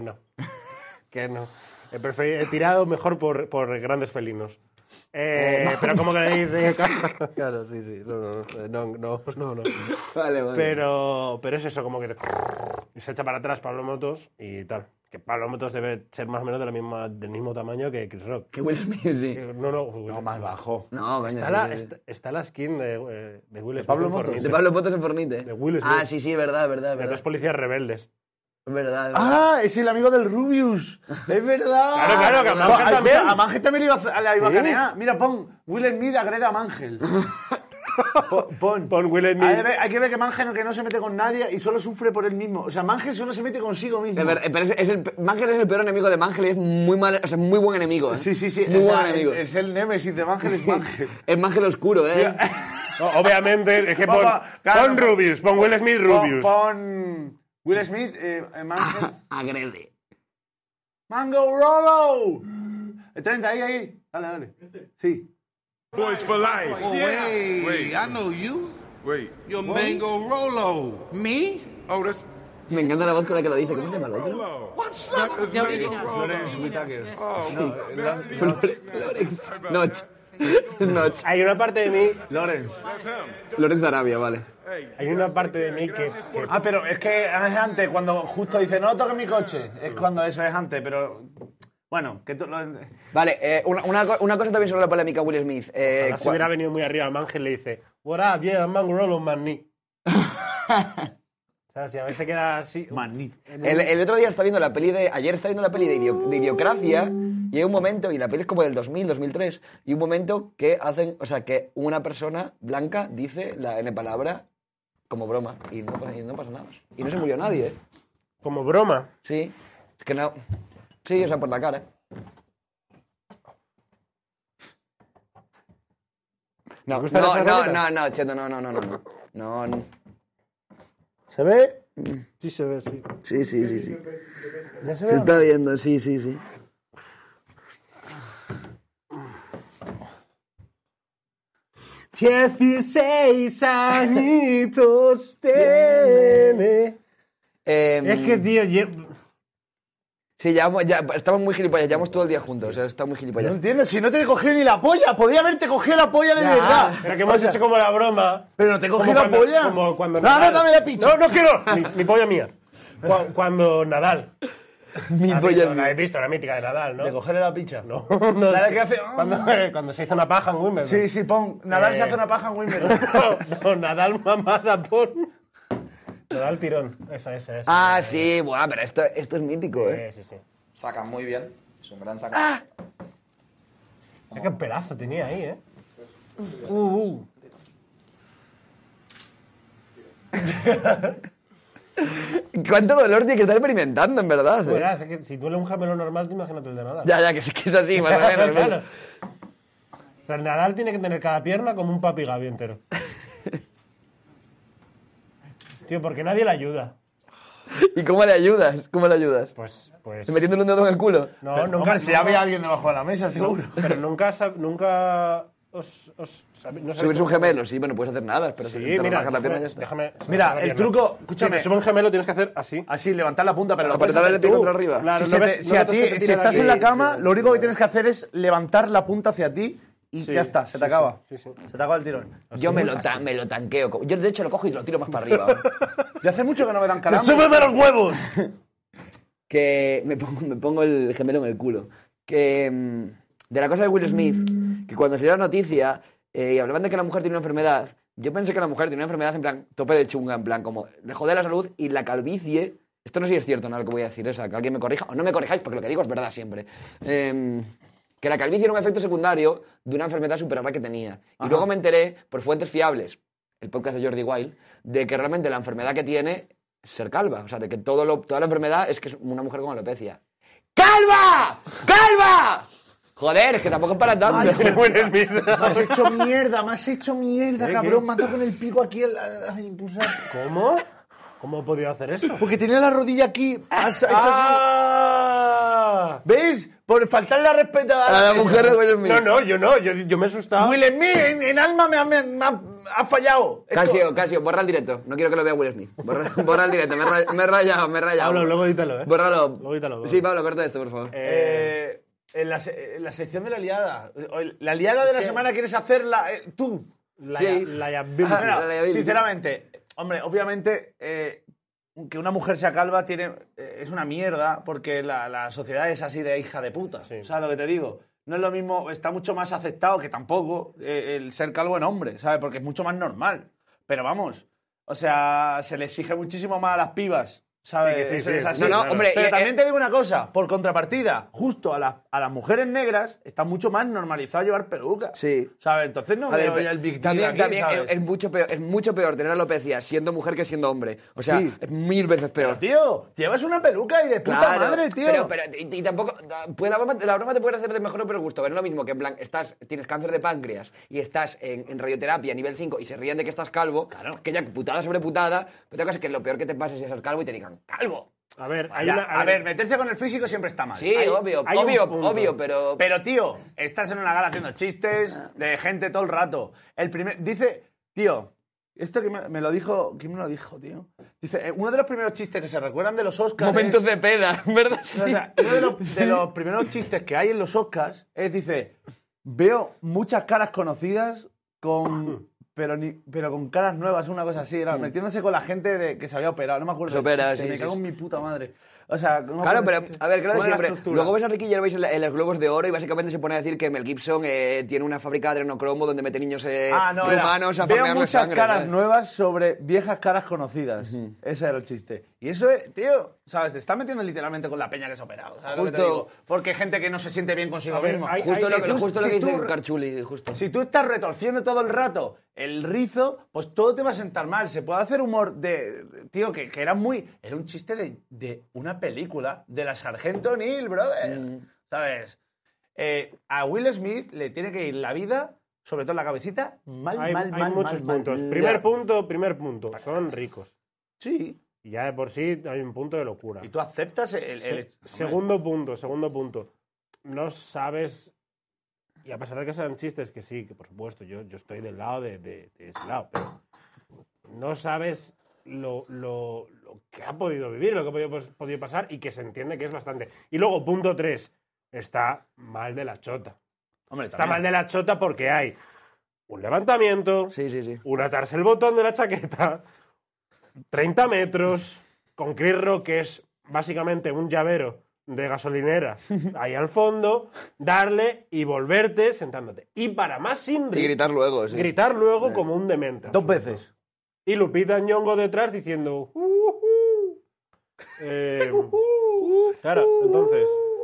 He tirado mejor por grandes felinos. Pero como que le dice... Claro, sí. No. Vale. Pero es eso, como que se echa para atrás Pablo Motos y tal. Que Pablo Motos debe ser más o menos del mismo tamaño que Chris Rock. Que Will Smith, sí. No, más bajo. No, coño. Está la skin de Will Smith. Pablo Motos. De Pablo Motos en Fornite. De Will Smith. Ah, sí, es verdad. De dos policías rebeldes. Es verdad. ¡Ah! Es el amigo del Rubius. Es verdad. Claro, que a Mangel también. A Mangel también le iba a canear. Mira, pon Will Smith agrede a Mangel. Pon Will Smith. Hay que ver que Mangel que no se mete con nadie y solo sufre por él mismo. O sea, Mangel solo se mete consigo mismo. Pero Mangel es el peor enemigo de Mangel y es muy mal, o sea, muy buen enemigo. Sí. Muy buen enemigo. Es el némesis de Mangel, es Mangel. Es Mangel oscuro, No, obviamente, es que pon Rubius, pon Will Smith Rubius. Pon Will Smith, Mangel. Agrede. Mango Rolo. El 30, ahí. Dale. Sí. Boys for life. Oh, wait. I know you. Wait. You're Mango Rolo. Me? Oh, that's... Me encanta la voz con la que lo dice. ¿Cómo se llama el otro? Rolo. What's up? That's Mango Rolo. Florence Whitaker. Notch. Hay una parte de mí... Lawrence. Lorenz de Arabia, vale. Hay una parte de mí que... Pero es que es antes, cuando justo dice, no toques mi coche. Es cuando eso es antes, pero... Bueno, que tú lo... Vale, una cosa también sobre la polémica Will Smith. Si hubiera venido muy arriba, Mangel le dice, what up, yeah, Mango Rolo, man, ni. O sea, si a veces queda así... Maní. El otro día estaba viendo la peli de... Ayer estaba viendo la peli de Idiocracia y hay un momento, y la peli es como del 2000, 2003, y un momento que hacen... O sea, que una persona blanca dice la N palabra como broma y no pasa nada. Y no se murió nadie, ¿eh? Como broma. Sí. Es que no... Sí, o sea, por la cara. No, Cheto, no. ¿Se ve? Sí se ve, sí. Sí. ¿Ya se Se ve? está viendo, sí. ¡16 añitos tiene! Es que, tío... Sí, ya estamos muy gilipollas, llevamos todo el día juntos, o sea, estamos muy gilipollas. No entiendo, si no te he cogido ni la polla, podía haberte cogido la polla de verdad. Pero que hemos hecho como la broma. Pero no te he cogido la polla. Como cuando no, dame la picha. No quiero. Mi polla mía. Cuando Nadal. Mi polla mía. La habéis visto, la mítica de Nadal, ¿no? De cogerle la picha. No. Dale, ¿qué hace? Cuando se hizo una paja en Wimbledon. Sí, pon. Nadal se hace una paja en Wimbledon. No, Nadal mamada, pon. Nadal tirón. Esa. Ah, sí, buah, pero esto es mítico, ¿eh? Sí. Saca muy bien. Es un gran saca. Qué pelazo tenía ahí, ¿eh? ¿Cuánto dolor tiene que estar experimentando, en verdad? Verás, es que si duele un gemelo normal, te imagínate el de Nadal. Ya, que sí que es así, más o menos. Claro. O sea, el Nadal tiene que tener cada pierna como un Papi Gaby entero. Tío, porque nadie le ayuda. ¿Y cómo le ayudas? Pues... ¿Metiéndole un dedo en el culo? No, nunca... Si había alguien debajo de la mesa, seguro. Pero nunca os no subirse un gemelo, sí, bueno, puedes hacer nada, pero sí, si te mira, bajas la pierna ya está. déjame... Mira, el truco... Escúchame. Si te sube un gemelo tienes que hacer así. Así, levantar la punta, pero lo puedes apretar el hacer pico tú. para arriba. Claro, Si estás en la cama, lo único que tienes que hacer es levantar la punta hacia ti y ya está, se te acaba. Sí. Se te acaba el tirón. Yo me lo tanqueo. Yo, de hecho, lo cojo y lo tiro más para arriba. Ya hace mucho que no me dan calambre. ¡Súbeme los huevos! Que me pongo el gemelo en el culo. Que de la cosa de Will Smith, que cuando se dio la noticia y hablaban de que la mujer tiene una enfermedad, yo pensé que la mujer tiene una enfermedad en plan tope de chunga, en plan como le jode la salud y la calvicie. Esto no sé si es cierto, nada lo que voy a decir, que alguien me corrija o no me corrijáis porque lo que digo es verdad siempre. Que la calvicie era un efecto secundario de una enfermedad súper rara que tenía. Y luego me enteré, por fuentes fiables, el podcast de Jordi Wild, de que realmente la enfermedad que tiene es ser calva. O sea, de que toda la enfermedad es que es una mujer con alopecia. ¡Calva! Joder, es que tampoco es para tanto. Me has hecho mierda, cabrón. Me has dado con el pico aquí a impulsar. ¿Cómo? ¿Cómo he podido hacer eso? Porque tenía la rodilla aquí. Has hecho así. ¿Ves? Por faltarle respeto a la mujer de Will Smith. No, yo me he asustado. Will Smith en alma me ha fallado. Casio, borra el directo. No quiero que lo vea Will Smith. Borra el directo, me he rayado. Pablo, luego edítalo, ¿eh? Bórralo. Luego edítalo. Sí, Pablo, corta esto, por favor. En la sección de la liada. La liada de la semana quieres hacerla tú. La sinceramente, hombre, obviamente que una mujer sea calva es una mierda porque la sociedad es así de hija de puta. Sí. ¿Sabes lo que te digo? No es lo mismo, está mucho más aceptado que tampoco el ser calvo en hombre, ¿sabes? Porque es mucho más normal. Pero vamos, o sea, se le exige muchísimo más a las pibas ¿Sabes? Sí, Eso es así. No, Claro. hombre, Pero también te digo una cosa, por contrapartida, justo a las mujeres negras está mucho más normalizado llevar peluca. Sí. ¿Sabes? Entonces no veo ya el big deal aquí, También ¿sabes? es mucho peor tener alopecia siendo mujer que siendo hombre. O sea, Sí. es 1000 veces peor. Pero, tío, llevas una peluca y de puta Claro, madre, tío. Pero y tampoco. Pues la broma te puede hacer de mejor o peor gusto. Pero es lo mismo que en plan, tienes cáncer de páncreas y estás en radioterapia nivel 5 y se ríen de que estás calvo. Claro. Que ya putada sobre putada. Pero otra cosa es que lo peor que te pasa es ser calvo y te digan, ¡calvo! A ver, A ver, meterse con el físico siempre está mal. Sí, obvio, pero... Pero, tío, estás en una gala haciendo chistes de gente todo el rato. Dice, tío, esto que me lo dijo... ¿Quién me lo dijo, tío? Dice, uno de los primeros chistes que se recuerdan de los Oscars... Momentos de peda, ¿verdad? Sí. O sea, uno de los primeros chistes que hay en los Oscars dice, veo muchas caras conocidas pero con caras nuevas, una cosa así, era metiéndose con la gente que se había operado, no me acuerdo me cago en mi puta madre. O sea, claro, pero a ver, creo que siempre. Luego ves a Ricky Gervais en los Globos de Oro y básicamente se pone a decir que Mel Gibson tiene una fábrica de adrenocromo donde mete niños rumanos a veo farmearle muchas sangre, caras ¿sabes? nuevas sobre viejas caras conocidas. Ese era el chiste. Y eso es, tío, ¿sabes? Te está metiendo literalmente con la peña que se ha operado. ¿Sabes lo que te digo? Porque hay gente que no se siente bien consigo mismo. Justo lo que dice Carchuli, justo. Si tú estás retorciendo todo el rato el rizo, pues todo te va a sentar mal. Se puede hacer humor tío, que era un chiste de una película de la Sargento O'Neill, brother. ¿Sabes? A Will Smith le tiene que ir la vida, sobre todo la cabecita, Hay muchos puntos. Primer punto. Son ricos. Sí. Y ya de por sí hay un punto de locura. Y tú aceptas Segundo punto. No sabes... Y a pesar de que sean chistes, que sí, que por supuesto, yo estoy del lado de ese lado, pero no sabes lo que ha podido vivir, lo que ha podido pasar y que se entiende que es bastante. Y luego, punto 3, está mal de la chota. Hombre, está mal de la chota porque hay un levantamiento, un atarse el botón de la chaqueta, 30 metros, con Chris Rock, que es básicamente un llavero de gasolinera ahí al fondo, darle y volverte sentándote. Y para más Inri... Y gritar luego, sí. Gritar luego como un demente. 2 veces. Y Lupita Nyong'o detrás diciendo... Claro, entonces...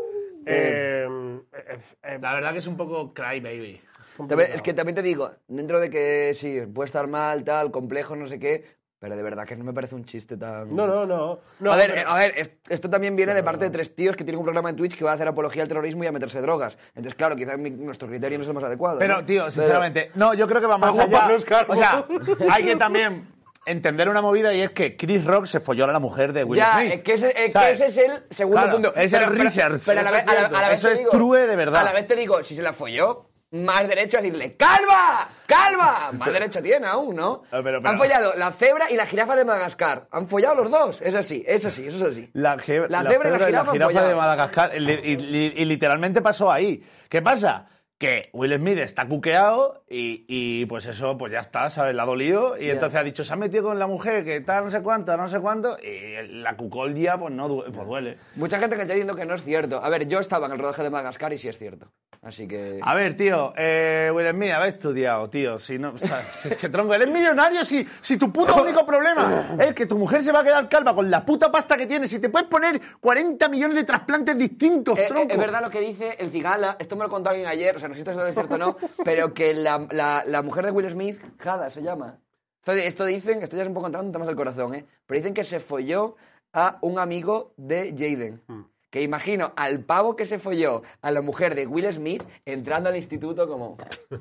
la verdad que es un poco cry baby. Es que también te digo, dentro de que sí, puede estar mal, tal, complejo, no sé qué... Pero de verdad que no me parece un chiste tan... No. A ver, esto también viene de parte de 3 tíos que tienen un programa en Twitch que va a hacer apología al terrorismo y a meterse drogas. Entonces, claro, quizás nuestro criterio no es el más adecuado. Pero, tío, sinceramente, no, yo creo que va más allá. O sea, hay que también entender una movida y es que Chris Rock se folló a la mujer de Will Smith. Es que ese es el segundo punto. Es el research. Pero a la vez eso es true de verdad. A la vez te digo, si se la folló... Más derecho a decirle ¡calva! ¡Calva! Más derecho tiene aún, ¿no? Pero. Han follado la cebra y la jirafa de Madagascar. Han follado los dos. Eso sí. La cebra y la jirafa de Madagascar. Y literalmente pasó ahí. ¿Qué pasa? Que Will Smith está cuqueado y pues eso, pues ya está, ¿sabes? La ha dolido y entonces ha dicho, se ha metido con la mujer que tal, no sé cuánto, y la cucoldia, pues no duele. Mucha gente que está diciendo que no es cierto. A ver, yo estaba en el rodaje de Madagascar y sí es cierto. Así que... A ver, tío, Will Smith, haber estudiado, tío. Si no, o sea, si es que tronco, eres millonario si tu puto único problema es que tu mujer se va a quedar calva con la puta pasta que tienes y te puedes poner 40 millones de trasplantes distintos, tronco. Es verdad lo que dice el Cigala, esto me lo contó alguien ayer, o sea, no sé si esto es cierto o no, pero que la mujer de Will Smith, Jada se llama. Esto dicen, esto ya es un poco entrando en temas del corazón, pero dicen que se folló a un amigo de Jaden. Que imagino al pavo que se folló a la mujer de Will Smith entrando al instituto como...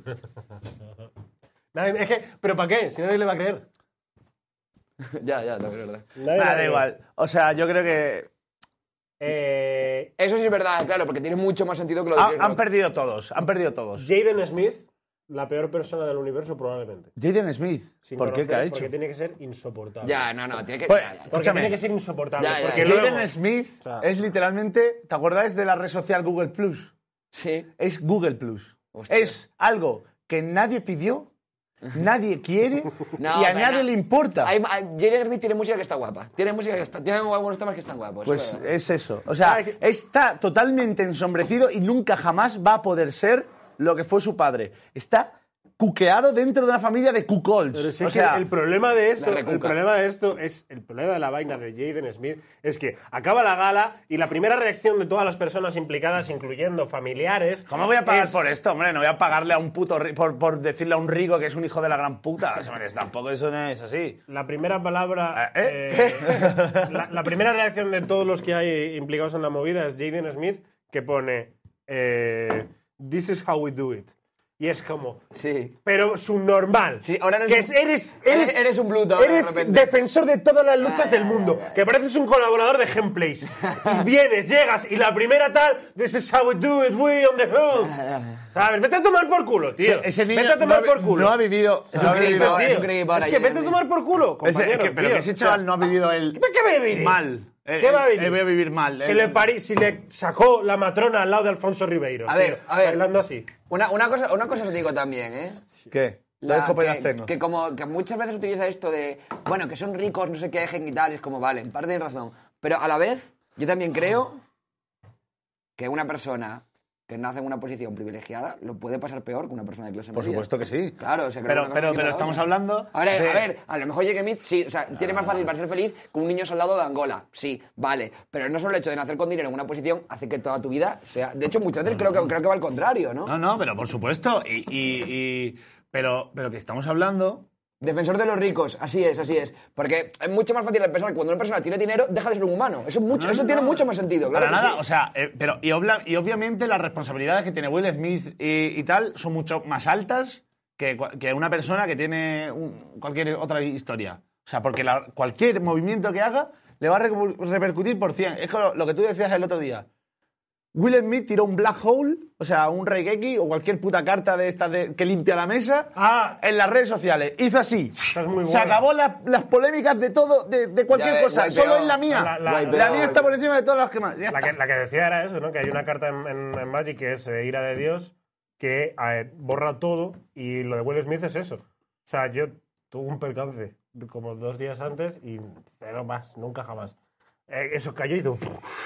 Es que, ¿pero para qué? Si nadie le va a creer. ya, no, es verdad. Da igual. O sea, yo creo que... Eso sí es verdad, claro, porque tiene mucho más sentido que lo de Chris Rock. Han perdido todos. Jaden Smith, la peor persona del universo probablemente. Jaden Smith. ¿Por qué? ¿Qué ha hecho? Porque tiene que ser insoportable. Ya, no, tiene que... Porque tiene que ser insoportable. Porque Jaden Smith es literalmente... ¿Te acuerdas de la red social Google Plus? Sí. Es Google Plus. Hostia. Es algo que nadie pidió, nadie quiere y a nadie le importa. Jaden Smith tiene música que está guapa. Tiene algunos temas que están guapos. Pues es eso. O sea, está totalmente ensombrecido y nunca jamás va a poder ser lo que fue su padre. Está cuqueado dentro de una familia de cuckolds. Pero sí, el problema de esto, el problema de la vaina de Jaden Smith es que acaba la gala y la primera reacción de todas las personas implicadas, incluyendo familiares... ¿Cómo voy a pagar por esto, hombre? No voy a pagarle a un puto por decirle a un rico que es un hijo de la gran puta. Tampoco eso no es así. La primera palabra... la primera reacción de todos los que hay implicados en la movida es Jaden Smith, que pone This is how we do it. Y es como... Sí. Pero subnormal. Sí, ahora no que eres un Bluto. Eres defensor de todas las luchas del mundo. Que pareces un colaborador de Gameplays. Y vienes, llegas, y la primera tal... This is how we do it, we on the hook. ¿Sabes? Vete a tomar por culo, tío. Sí, ese niño vete a tomar por culo. No ha vivido... Es que vete a tomar por culo, compañero. Pero que ese chaval no ha vivido el... ¿Qué va a vivir? Mal. ¿Qué va a vivir? Voy a vivir mal. Si le sacó la matrona al lado de Alfonso Ribeiro. A ver. Bailando así. Una cosa os digo también, ¿eh? ¿Qué? Que muchas veces utiliza esto de, bueno, que son ricos, no se quejen y tal, es como, vale, en parte tienen razón. Pero a la vez, yo también creo que una persona que nace en una posición privilegiada lo puede pasar peor que una persona de clase media. Por supuesto que sí. Claro, o sea, pero estamos hablando... A ver, a lo mejor Jaden Smith sí, o sea, tiene más fácil para ser feliz que un niño soldado de Angola, sí, vale, pero no solo el hecho de nacer con dinero en una posición hace que toda tu vida sea... De hecho, muchas veces creo que va al contrario, ¿no? No, pero por supuesto, pero que estamos hablando... Defensor de los ricos, así es. Porque es mucho más fácil pensar que cuando una persona tiene dinero, deja de ser un humano. Eso tiene mucho más sentido, claro. Para nada, sí. O sea, y obviamente las responsabilidades que tiene Will Smith y tal son mucho más altas que una persona que tiene cualquier otra historia. O sea, porque cualquier movimiento que haga le va a repercutir por 100. Es como lo que tú decías el otro día. Will Smith tiró un black hole, o sea, un reigeki o cualquier puta carta de estas que limpia la mesa en las redes sociales. Hizo así. Se acabó las polémicas de todo, de cualquier cosa. Solo es la mía. La mía está por encima de todas las que más. La que decía era eso, ¿no? Que hay una carta en Magic que es ira de Dios que borra todo y lo de Will Smith es eso. O sea, yo tuve un percance como 2 días antes y cero más, nunca jamás. Eso cayó y hizo...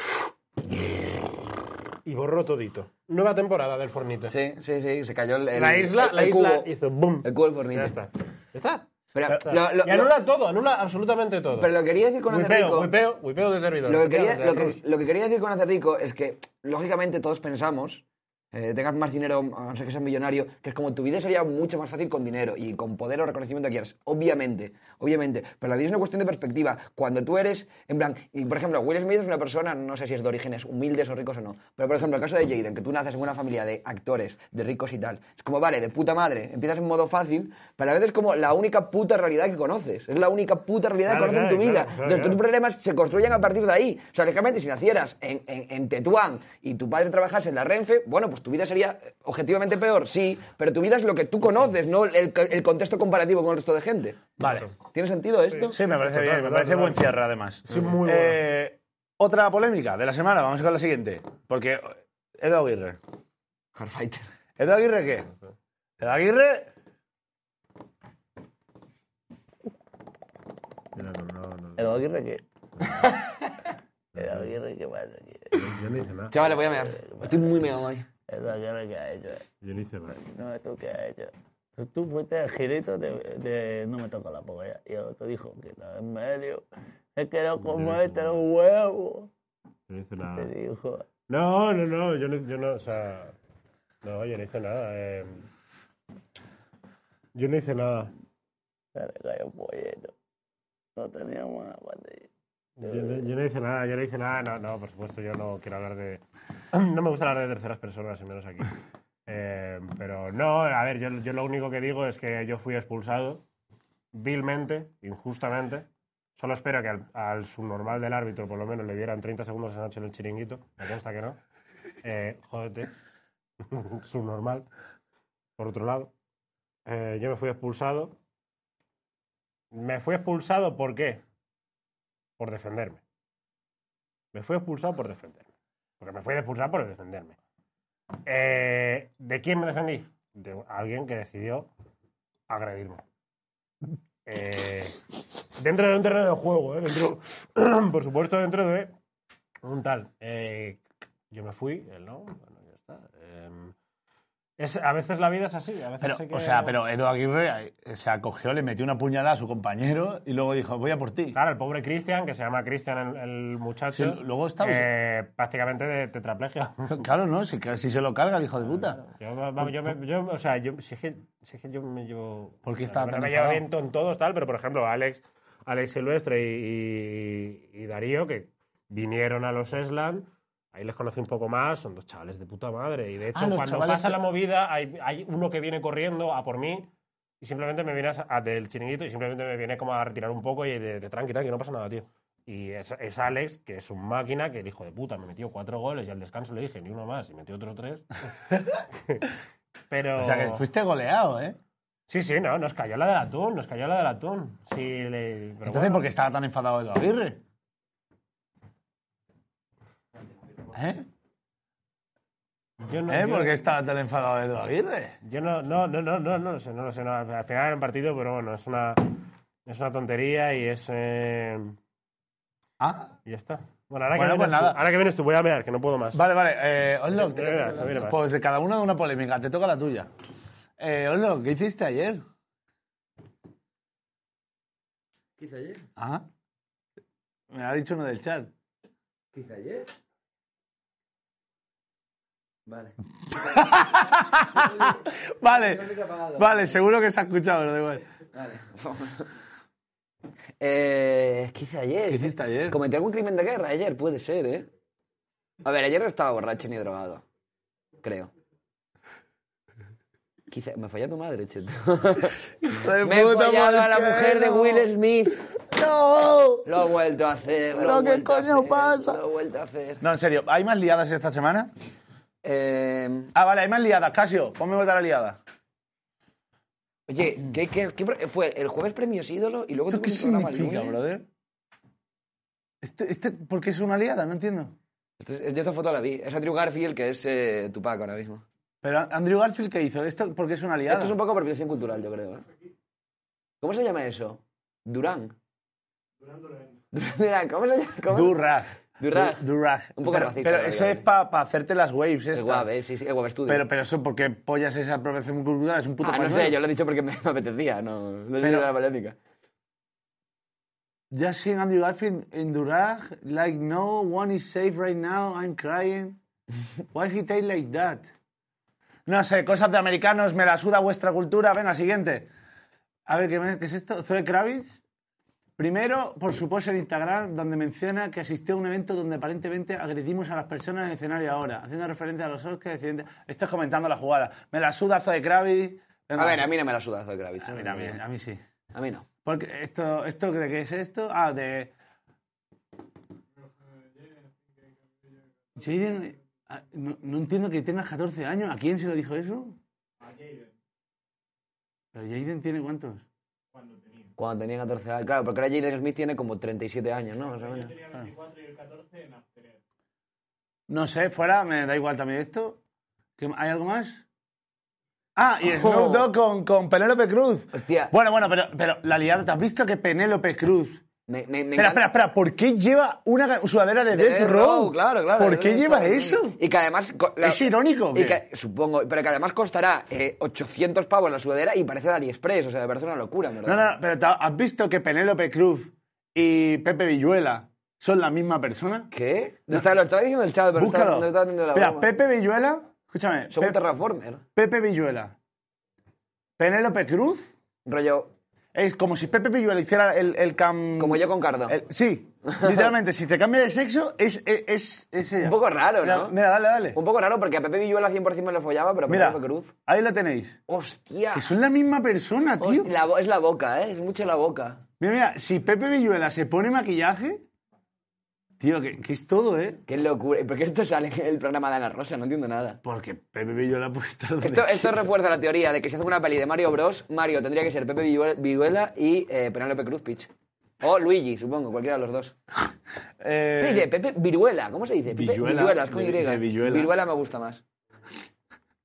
Y borró todito. Nueva temporada del Fornite. Sí, se cayó la isla cubo. Hizo boom. El cubo del Fornite. Ya está. Pero, y anula todo, anula absolutamente todo. Pero lo que quería decir con hacer rico... Wipeo de servidor. Lo que quería decir con hacer rico es que, lógicamente, todos pensamos... tengas más dinero, a no ser que seas millonario, que es como tu vida sería mucho más fácil con dinero y con poder o reconocimiento que quieras. Obviamente. Pero la vida es una cuestión de perspectiva. Cuando tú eres, en plan, y por ejemplo, Will Smith es una persona, no sé si es de orígenes humildes o ricos o no, pero por ejemplo, el caso de Jaden, que tú naces en una familia de actores, de ricos y tal, es como, vale, de puta madre, empiezas en modo fácil, pero a veces es como la única puta realidad que conoces. Es la única puta realidad que conoces en tu vida. Entonces, tus problemas se construyen a partir de ahí. O sea, lógicamente, si nacieras en Tetuán y tu padre trabajase en la Renfe, bueno, pues tu vida sería objetivamente peor, sí, pero tu vida es lo que tú conoces, no el contexto comparativo con el resto de gente. Vale. ¿Tiene sentido esto? Sí, me parece bien, me parece buen cierre, además. Sí, muy bueno. Otra polémica de la semana, vamos con la siguiente. Porque Edu Aguirre. Hardfighter. ¿Edu Aguirre qué? Edu Aguirre... ¿Edu Aguirre qué? ¿Edu Aguirre qué pasa aquí? Yo no hice nada. Chavales, voy a mear. Estoy muy meado ahí. ¿Edu Aguirre qué ha hecho? Yo no hice nada. No, ¿tú qué has hecho? Tú fuiste el girito de no me toca la polla. Y el otro dijo que estaba en medio. Es que no comete los huevos. Yo no hice nada. Te dijo. No, yo no, o sea... No, yo no hice nada. Yo no hice nada. Se le cayó un pollito. No teníamos una patilla. Yo no hice nada, no, por supuesto, yo no quiero hablar de... No me gusta hablar de terceras personas, y menos aquí. Pero no, a ver, yo lo único que digo es que yo fui expulsado vilmente, injustamente. Solo espero que al subnormal del árbitro por lo menos le dieran 30 segundos a Nacho en el chiringuito. Me consta que no. Jódete. Subnormal. Por otro lado, yo me fui expulsado. ¿Me fui expulsado por qué? Por defenderme. Me fui expulsado por defenderme. Porque me fui expulsado por defenderme. ¿De quién me defendí? De alguien que decidió agredirme. Dentro de un terreno de juego, por supuesto, dentro de un tal. Yo me fui, él no, bueno, ya está. A veces la vida es así. A veces pero Edu Aguirre se acogió, le metió una puñalada a su compañero y luego dijo, voy a por ti. Claro, el pobre Cristian, que se llama Cristian el muchacho, sí, luego está prácticamente de tetraplegia. Claro, ¿no? Si se lo carga el hijo de puta. ¿Por qué estaba tan me llevo bien con todos, tal, pero por ejemplo, Alex Silvestre y Darío, que vinieron a los Esland, ahí les conocí un poco más, son dos chavales de puta madre. Y de hecho, cuando pasa la movida, hay uno que viene corriendo a por mí y simplemente me viene del chiringuito y simplemente me viene como a retirar un poco y de tranqui, no pasa nada, tío. Y es Alex, que es un máquina, que el hijo de puta me metió 4 goles y al descanso le dije ni uno más y metió otros 3. Pero... O sea, que fuiste goleado, ¿eh? Sí, nos cayó la del atún, Sí, entonces, bueno, ¿por qué estaba tan enfadado Edu Aguirre? ¿Eh? ¿Por qué estaba tan enfadado Edu Aguirre? Yo no lo sé. Al final era un partido, pero bueno, es una tontería y es... Y ya está. Bueno, ahora que vienes tú, voy a ver, que no puedo más. Vale. Oslo, pues de cada uno de una polémica. Te toca la tuya. Oslo, ¿qué hiciste ayer? ¿Qué hice ayer? Me ha dicho uno del chat. ¿Qué hice ayer? Vale. Vale, seguro que se ha escuchado, pero da igual. Vale. ¿Qué hice ayer? ¿Qué hiciste ayer? ¿Cometí algún crimen de guerra ayer? Puede ser, ¿eh? A ver, ayer no estaba borracho ni drogado. Creo. ¿Qué hice? Me falló tu madre, cheto. Me he follado a la mujer de Will Smith. ¡No! Lo he vuelto a hacer. ¿Pero qué coño pasa? Lo he vuelto a hacer. No, en serio, ¿hay más liadas esta semana? Vale, hay más liadas. Casio, ponme otra la liada. Oye, ¿qué fue? El jueves premios ídolo y luego... ¿Qué significa, brother? ¿Por qué es una liada? No entiendo. Yo esta foto la vi. Es Andrew Garfield, que es Tupac ahora mismo. Pero Andrew Garfield, ¿qué hizo? ¿Esto por qué es una liada? Esto es un poco apropiación cultural, yo creo. ¿Cómo se llama eso? Durán. Durán, ¿cómo se llama? Durag. Un poco racista. Pero eso es para hacerte las waves. El Wave, sí, el Wave Studio. Pero eso, ¿por qué pollas esa apropiación cultural? Es un puto no sé, yo lo he dicho porque me apetecía, no sé la polémica. Just seeing Andrew Garfield in Durag, like no one is safe right now, I'm crying. Why he take like that? No sé, cosas de americanos, me la suda vuestra cultura. Venga, siguiente. A ver, ¿qué es esto? Zoe Kravitz. Primero, por su post en Instagram, donde menciona que asistió a un evento donde aparentemente agredimos a las personas en el escenario ahora, haciendo referencia a los Oscars. Esto es comentando la jugada. Me la suda Zoe Kravitz. A ver, a mí no me la suda Zoe Kravitz. A mí sí. A mí no. Porque ¿esto de qué es esto? De... Jaden... No entiendo que tengas 14 años. ¿A quién se lo dijo eso? A Jaden. ¿Pero Jaden tiene cuántos? Cuando tenía 14 años. Claro, porque ahora Jaden Smith tiene como 37 años, ¿no? Yo tenía 24 y el 14 en After. No sé, fuera, me da igual también esto. ¿Hay algo más? Y Snoop Dogg con Penélope Cruz. Hostia. Bueno, pero la liada, ¿te has visto que Penélope Cruz... Espera, ¿por qué lleva una sudadera de Death Row? Claro. ¿Por qué lleva eso? Y que además... ¿Es irónico? Supongo, pero que además costará 800 pavos la sudadera y parece de AliExpress, o sea, me parece una locura, ¿verdad? No, pero ¿has visto que Penélope Cruz y Pepe Villuela son la misma persona? ¿Qué? Lo estaba diciendo el chat, pero búscalo. no estaba viendo la Mira, broma. Pepe Villuela... Escúchame. Son un terraformer. Pepe Villuela. Penélope Cruz. Rollo... Es como si Pepe Villuela hiciera el cam... Como yo con Cardo. Sí, literalmente, si te cambia de sexo, es ella. Un poco raro, ¿no? Mira, dale. Un poco raro, porque a Pepe Villuela 100% me lo follaba, pero a Penélope Cruz... Ahí lo tenéis. ¡Hostia! Que son la misma persona, tío. Es la boca, ¿eh? Es mucho la boca. Mira, si Pepe Villuela se pone maquillaje... Tío, que es todo, ¿eh? Qué locura. ¿Por qué esto sale en el programa de Ana Rosa? No entiendo nada. Porque Pepe Villuela puede estar donde esto refuerza la teoría de que si hace una peli de Mario Bros, Mario tendría que ser Pepe Villuela y Penélope Cruz Peach. O Luigi, supongo, cualquiera de los dos. ¿Se dice Pepe Viruela? ¿Cómo se dice? Villuela. Villuela, es con Y. Villuela. Viruela me gusta más.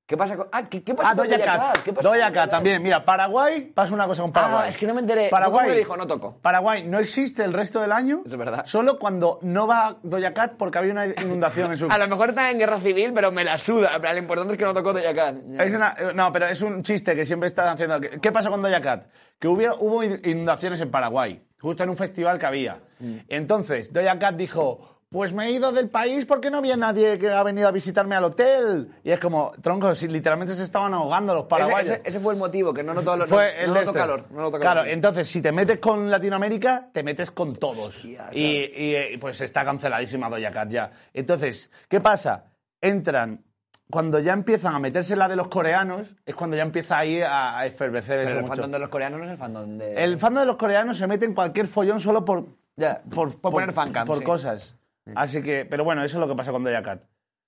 ¿Qué pasa con...? ¿Qué pasa con Doja Cat. ¿Qué pasa Doja con Cat también. Mira, Paraguay, pasa una cosa con Paraguay. es que no me enteré. Paraguay me dijo, no toco. Paraguay no existe el resto del año. Eso es verdad. Solo cuando no va Doja Cat porque había una inundación en su... A lo mejor está en guerra civil, pero me la suda. Lo importante es que no tocó Doja Cat. No, pero es un chiste que siempre están haciendo. ¿Qué pasó con Doja Cat? Que hubo inundaciones en Paraguay, justo en un festival que había. Entonces, Doja Cat dijo... Pues me he ido del país porque no había nadie que ha venido a visitarme al hotel. Y es como, tronco, si literalmente se estaban ahogando los paraguayos. Ese fue el motivo, que no notó calor. Claro, entonces, si te metes con Latinoamérica, te metes con todos. Hostia, y pues está canceladísima Doja Cat ya. Entonces, ¿qué pasa? Cuando ya empiezan a meterse la de los coreanos, es cuando ya empieza ahí a efervecer Pero eso el mucho. fandom de los coreanos no es el fandom de... El fandom de los coreanos se mete en cualquier follón solo por poner fancam, por sí. cosas. Así que, pero bueno, eso es lo que pasa con Doja Cat.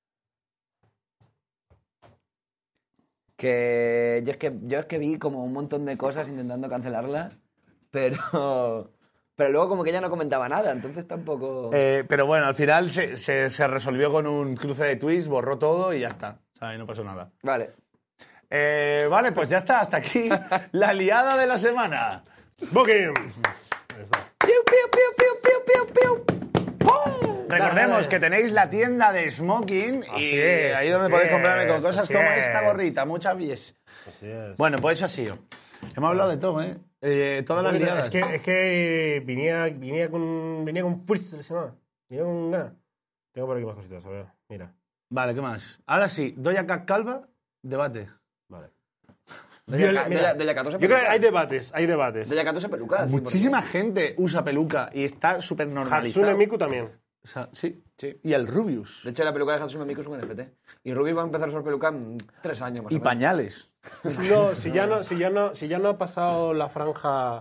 Yo es que vi como un montón de cosas intentando cancelarla, pero luego como que ella no comentaba nada, entonces tampoco... Pero bueno, al final se resolvió con un cruce de tweets, borró todo y ya está. O sea, y no pasó nada. Vale. Vale, pues ya está, hasta aquí la liada de la semana. Booking. ¡Piu, piu, piu, piu, piu, piu, piu! ¡Pum! Recordemos que tenéis la tienda de Smoking y ahí donde podéis comprarme con cosas como esta gorrita, muchas veces. Bueno, pues eso ha sido. Hemos hablado de todo, todas las liadas. Es que venía con fuerza, se llama. Venía con ganas. Tengo por aquí más cositas, a ver, mira. Vale, ¿qué más? Ahora sí, Doja Cat calva, debate. Vale. Doja Cat usa Yo creo que hay debates. Doja Cat usa peluca. Muchísima gente usa peluca y está súper normalizado. Hatsune Miku también. O sea, sí. Y el Rubius. De hecho, la peluca de Hatsune Miku es un NFT. Y Rubius va a empezar a usar peluca en 3 años más o Y menos. pañales. No, si ya no ha pasado la franja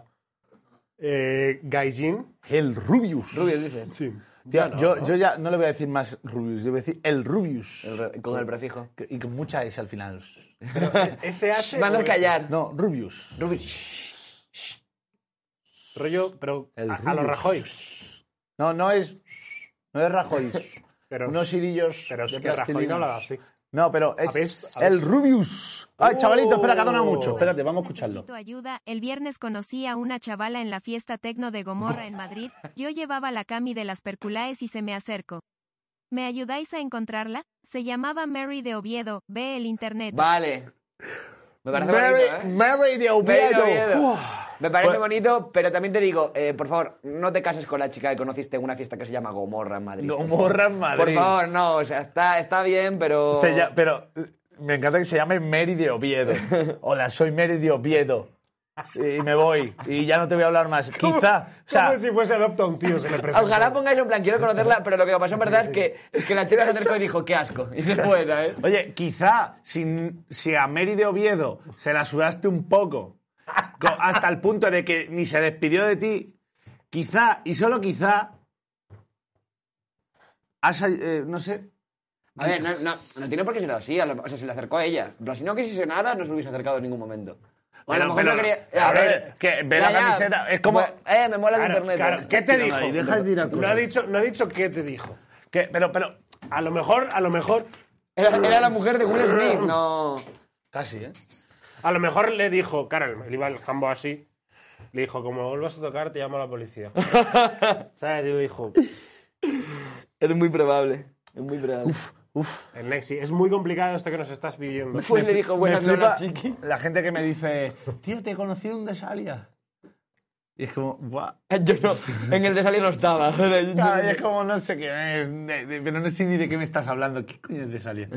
Gaijin. El Rubius. Rubius dice. Sí. Tía, yo ya no le voy a decir más Rubius, yo voy a decir el Rubius. Con el prefijo. Y con mucha S al final. SH. Manda a callar. No, Rubius. Rollo, pero a los Rajoy. No es Rajoy. Pero, unos hirillos pero es de que Rajoy plastilina. no hablaba así. No, pero es A ver. el Rubius. Ay, chavalito, espera, que ha donado mucho. Espérate, vamos a escucharlo. Tu ayuda, el viernes conocí a una chavala en la fiesta tecno de Gomorra en Madrid. Yo llevaba la cami de las Perculaes y se me acercó. ¿Me ayudáis a encontrarla? Se llamaba Mary de Oviedo. Ve el internet. Vale. Me parece bonito, Mary de Oviedo. Me parece bonito, pero también te digo, por favor, no te cases con la chica que conociste en una fiesta que se llama Gomorra en Madrid. Gomorra en Madrid. Por favor, no, o sea, está bien, pero... Pero me encanta que se llame Mary de Oviedo. Hola, soy Mary de Oviedo. Y me voy. Y ya no te voy a hablar más. Quizá... Como si fuese adopta un tío, se le presenta. Ojalá pongáis en plan, quiero conocerla, pero lo que pasó en verdad es que la chica se acercó y dijo, qué asco. Y se fue, ¿eh? Oye, quizá si a Mary de Oviedo se la sudaste un poco, hasta el punto de que ni se despidió de ti, quizá, y solo quizá, no sé... A ver, no tiene por qué ser así, o sea, se le acercó a ella. Pero si no quisiese nada, no se lo hubiese acercado en ningún momento. O a lo mejor no quería... A ver, que ve la camiseta, es como... me mola el internet. Claro, ¿qué te dijo? Deja de tirar No ha dicho qué te dijo. Pero... A lo mejor... Era la mujer de Will Smith, no... Casi, ¿eh? A lo mejor le dijo, claro, él iba el jambo así, le dijo, como vuelvas a tocar, te llamo a la policía. ¿Sabes? Y le dijo... Es muy probable. Es muy probable. El Nexi, es muy complicado esto que nos estás pidiendo. Pues le dijo, buenas noches, chiqui. La gente que me dice, tío, te he conocido en Desalia. Y es como, ¡buah! Yo no, en el Desalia no estaba. Claro, y es como, no sé qué es, pero no sé ni de qué me estás hablando. ¿Qué coño es Desalia?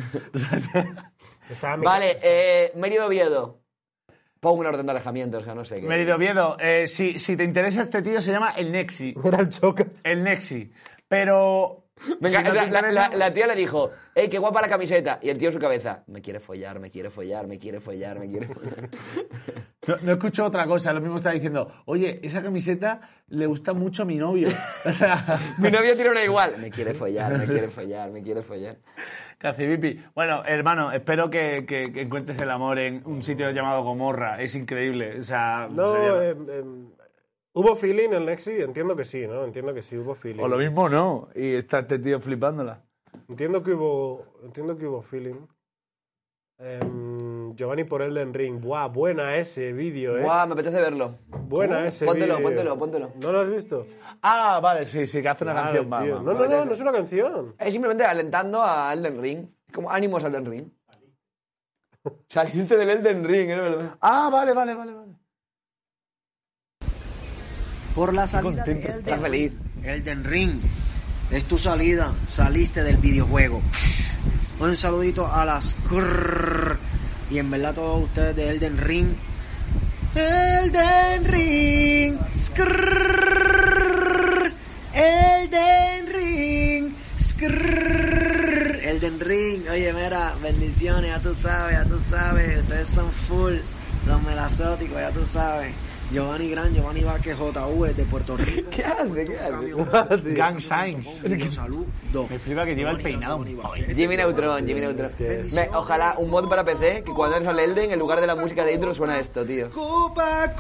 Vale, Mary de Oviedo. Pongo un orden de alejamiento, o sea, no sé qué. Mary de Oviedo, si te interesa este tío, se llama el Nexi. Era el Chocas. El Nexi. Pero... Venga, si no la tía le dijo, ¡ey, qué guapa la camiseta! Y el tío en su cabeza, me quiere follar, me quiere follar, me quiere follar, me quiere follar. No escucho otra cosa, lo mismo está diciendo, oye, esa camiseta le gusta mucho a mi novio. O sea... Mi novio tiene una igual. Me quiere follar, me quiere follar, me quiere follar. Cacibipi. Bueno, hermano, espero que encuentres el amor en un sitio llamado Gomorra. Es increíble. O sea... No, ¿hubo feeling en Nexi? Entiendo que sí, ¿no? Entiendo que sí, hubo feeling. O lo mismo no. Y está este tío flipándola. Entiendo que hubo feeling. Giovanni por Elden Ring. Buah, buena ese vídeo, Buah, me apetece verlo. Buena ese vídeo. Póntelo. ¿No lo has visto? Ah, vale, sí, que hace una canción más. No es una canción. Es simplemente alentando a Elden Ring. Como ánimos a Elden Ring. Saliste del Elden Ring, es verdad. Ah, vale. Por la salida de Estás feliz. Elden Ring. Es tu salida. Saliste del videojuego. Un saludito a las y en verdad todos ustedes de Elden Ring. Elden Ring. Elden Ring. Elden Ring. Oye, mira, bendiciones, ya tú sabes. Ustedes son full. Los melasóticos, ya tú sabes. Giovanni Vázquez JV de Puerto Rico. ¿Qué hace? Gang Signs. Saludo. Me flipa que lleva el peinado. Jimmy Neutron. Ojalá un mod para PC que cuando eres al Elden, en lugar de la música de intro suena esto, tío. Copa.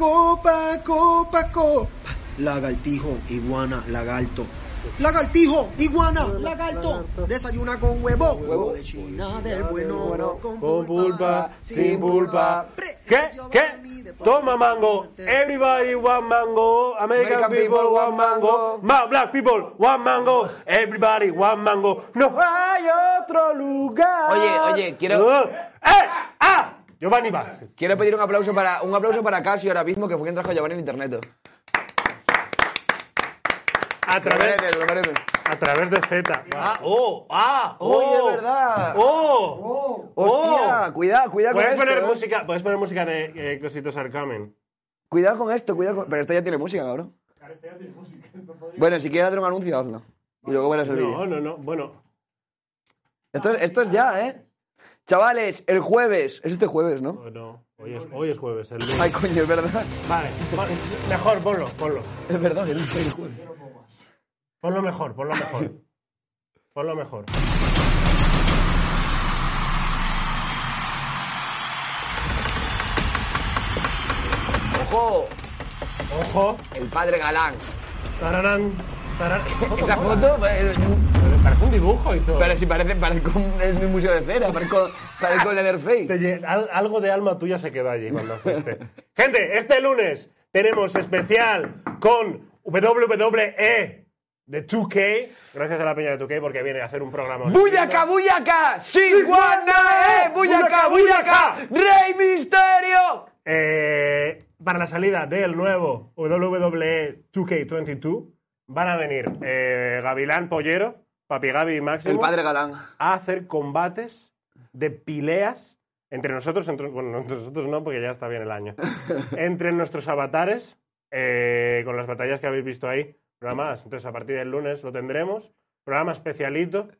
Lagartijo, iguana, lagarto. Lagartijo, iguana, lagarto. Desayuna con huevo de China del bueno. Con pulpa, sin pulpa. ¿Qué? Toma mango. Everybody want mango. American people want mango. Black people want mango. Everybody want mango. No hay otro lugar. Oye, quiero... Giovanni Vázquez. Quiero pedir un aplauso para Casio ahora mismo, que fue quien trajo a Giovanni en internet. A través de Z. Oye, es verdad. Hostia, cuidado con ¿Puedes esto. Puedes poner música de Cositos Arcamen. Cuidado con esto. Pero esto ya tiene música, cabrón. Claro, esto ya tiene música. Bueno, si quieres hacer un anuncio, hazlo. Y luego verás el vídeo. No. Bueno. Esto es ya, Chavales, el jueves. Es este jueves, ¿no? No. Hoy es jueves. El lunes. Ay, coño, es verdad. Vale. Mejor, ponlo. Es verdad, el jueves. Ponlo mejor. ¡Ojo! El padre Galán. Tararán. Esa foto parece un dibujo y todo. Pero si parezco en el museo de cera, parezco Leatherface. Algo de alma tuya se quedó allí cuando fuiste. Gente, este lunes tenemos especial con WWE de 2K. Gracias a la peña de 2K porque viene a hacer un programa. ¡Buyaka! ¡Shinwana! ¡Buyaka! ¡Rey Misterio! Para la salida del nuevo WWE 2K22 van a venir Gavilán Pollero, Papi Gaby y Máximo. El padre Galán. A hacer combates de pileas entre nosotros, bueno, entre nosotros no, porque ya está bien el año. Entre nuestros avatares, con las batallas que habéis visto ahí, programa más. Entonces, a partir del lunes lo tendremos. Programa especialito.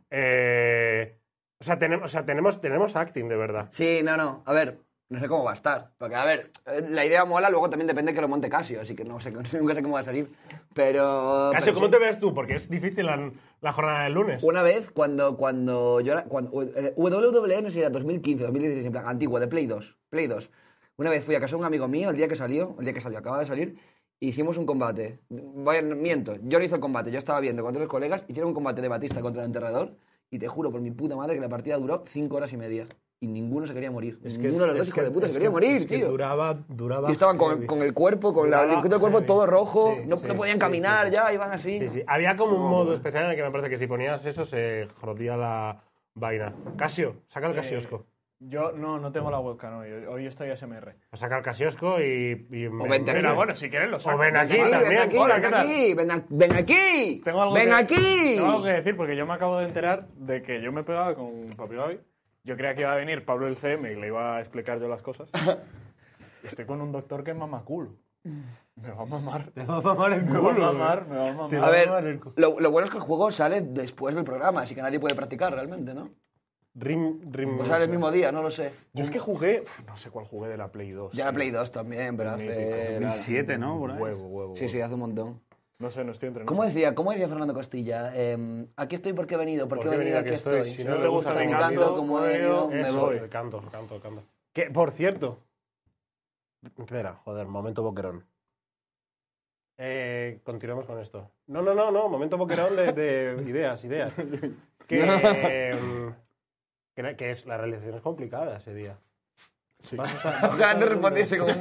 Tenemos acting, de verdad. Sí, no. A ver, no sé cómo va a estar. Porque, a ver, la idea mola, luego también depende que lo monte Casio, así que nunca sé cómo va a salir. Pero... Casio, ¿cómo te ves tú? Porque es difícil la jornada del lunes. Una vez, cuando yo era... WWE, no sé si era 2015, 2016, en plan, antigua, de Play 2. Una vez fui a casa de un amigo mío, el día que salió, acaba de salir, hicimos un combate. Miento, yo no hice el combate, yo estaba viendo con otros colegas, hicieron un combate de Batista contra el Enterrador, y te juro por mi puta madre que la partida duró 5 horas y media. Y ninguno se quería morir. Ninguno de los dos hijos de puta se quería morir, tío. Duraba. Y estaban con el cuerpo, con el cuerpo todo rojo, no podían caminar ya, iban así. Sí. Había como un modo especial en el que me parece que si ponías eso se jodía la vaina. Casio, saca el Casiosco. Yo no tengo la webcam hoy estoy ASMR. A sacar el Casiosco y o vente aquí. Pero bueno, si quieres lo saco. O ven aquí también. Ven aquí. Tengo algo que decir porque yo me acabo de enterar de que yo me pegaba con Papi Gaby. Yo creía que iba a venir Pablo el CM y le iba a explicar yo las cosas. Y estoy con un doctor que es mamaculo. Me va a mamar. Te va a mamar el culo. Me va a mamar. A ver, lo bueno es que el juego sale después del programa, así que nadie puede practicar realmente, ¿no? O sale el mismo día, no lo sé. Yo es que jugué... no sé cuál jugué de la Play 2. Ya la Play 2 también, pero hace... 2007, ¿no? Huevo. Sí, hace un montón. No sé, no estoy entrenando. ¿Cómo decía Fernando Costilla? Aquí estoy porque he venido, porque he venido, aquí estoy. Si no te gusta mi canto, como he venido, me voy. El canto. Que, por cierto... Espera, joder, momento boquerón. Continuamos con esto. No, momento boquerón de ideas. Que Que es, la realización es complicada ese día. Sí. Ojalá no respondiese como un...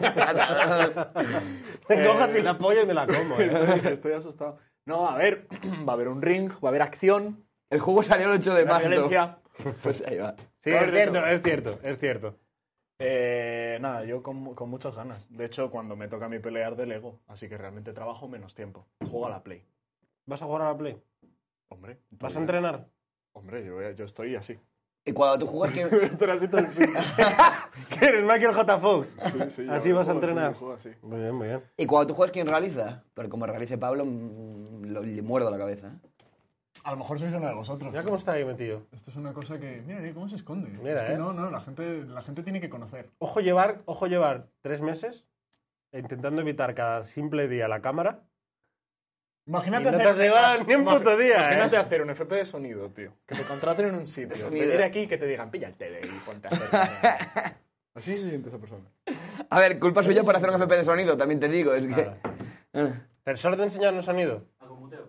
Me cojas y la pollo y me la como. Estoy asustado. No, a ver, va a haber un ring, va a haber acción. El juego salió el 8 de marzo. Violencia. Pues ahí va. Sí, es cierto. Nada, yo con muchas ganas. De hecho, cuando me toca a mí pelear de Lego, así que realmente trabajo menos tiempo. Juego a la Play. ¿Vas a jugar a la Play? Hombre. ¿Vas a entrenar? Hombre, yo estoy así. Y cuando tú juegas, ¿quién? Estoy así todo así. ¿Qué eres, Michael J. Fox? Sí, así vas a entrenar. Así. Muy bien, muy bien. Y cuando tú juegas, ¿quién realiza? Pero como realice Pablo, le muerdo la cabeza. A lo mejor sois uno de vosotros. Mira cómo está ahí metido. Esto es una cosa que... Mira, cómo se esconde. Mira, es que no, la gente tiene que conocer. Ojo llevar 3 meses intentando evitar cada simple día la cámara. Imagínate no te has llevado ni un puto día, Imagínate hacer un FP de sonido, tío. Que te contraten en un sitio. Venir aquí y que te digan, pilla el tele y ponte a hacer... Así se siente esa persona. A ver, culpa suya por hacer un FP de sonido, también te digo. Es que... ¿Pero solo te enseñaron el sonido? Agomuteo.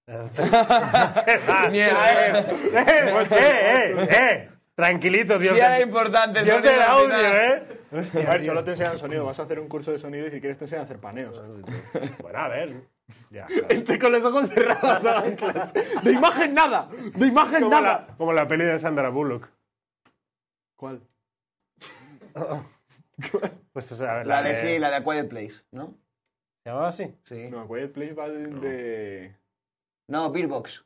Tranquilito, Dios. Sí, era importante el Dios sonido. del audio, Hostia, a ver, solo te enseñan sonido. Vas a hacer un curso de sonido y si quieres te enseñan a hacer paneos. Bueno, a ver. Ya, Estoy con los ojos cerrados en clase. De imagen nada. De imagen nada. Como la peli de Sandra Bullock. ¿Cuál? Pues, o sea, a ver, la de A Quiet Place, ¿no? ¿Se llamaba así? Sí. No, A Quiet Place va de... No, Beerbox.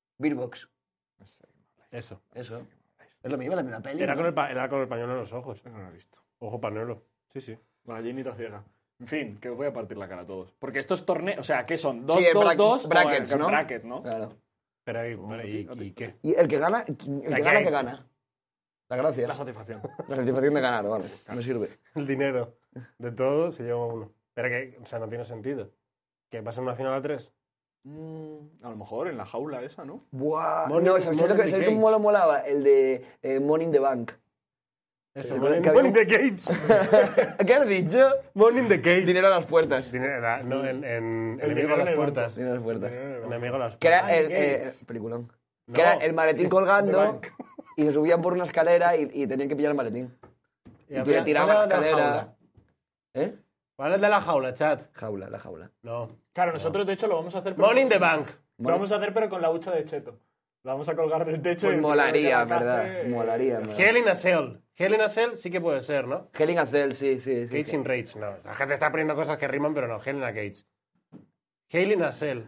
Eso. Es lo mismo, la misma peli. Era ¿no? con el pañuelo en los ojos. No lo he visto. Ojo pañuelo. Sí. La gallinita ciega. En fin, que os voy a partir la cara a todos. Porque estos torneos... O sea, ¿qué son? Sí, Dos brackets, ¿no? Bracket, ¿no? Claro. Pero ¿y qué? Y el que gana, que gana. La gracia. La satisfacción. La satisfacción de ganar, vale. Me sirve. El dinero de todo se lleva uno. Pero que, o sea, no tiene sentido. ¿Que pasa en una final a 3? A lo mejor en la jaula esa, ¿no? Buah. No, ¿sabes cómo molaba? El de Money in the Bank. Eso, Money in the Gates. ¿Qué has dicho? Money in the Gates. Dinero a las puertas. No, en Enemigo a las puertas. Dinero a las puertas. Enemigo a las puertas. Que era el peliculón. Que era el maletín colgando y se subían por una escalera y tenían que pillar el maletín. Y tú le tirabas la escalera. ¿Eh? ¿Cuál es de la jaula, chat? La jaula. No. Claro, nosotros de hecho lo vamos a hacer... Money in the Bank. Lo vamos a hacer pero con la hucha de Cheto. Lo vamos a colgar del techo. Pues molaría, ¿verdad? Molaría. Hell in a Cell. Hell in a Cell sí que puede ser, ¿no? Hell in a Cell, sí. Cage in Rage, no. La gente está poniendo cosas que riman, pero no. Hell in a Cage. Hell in a Cell.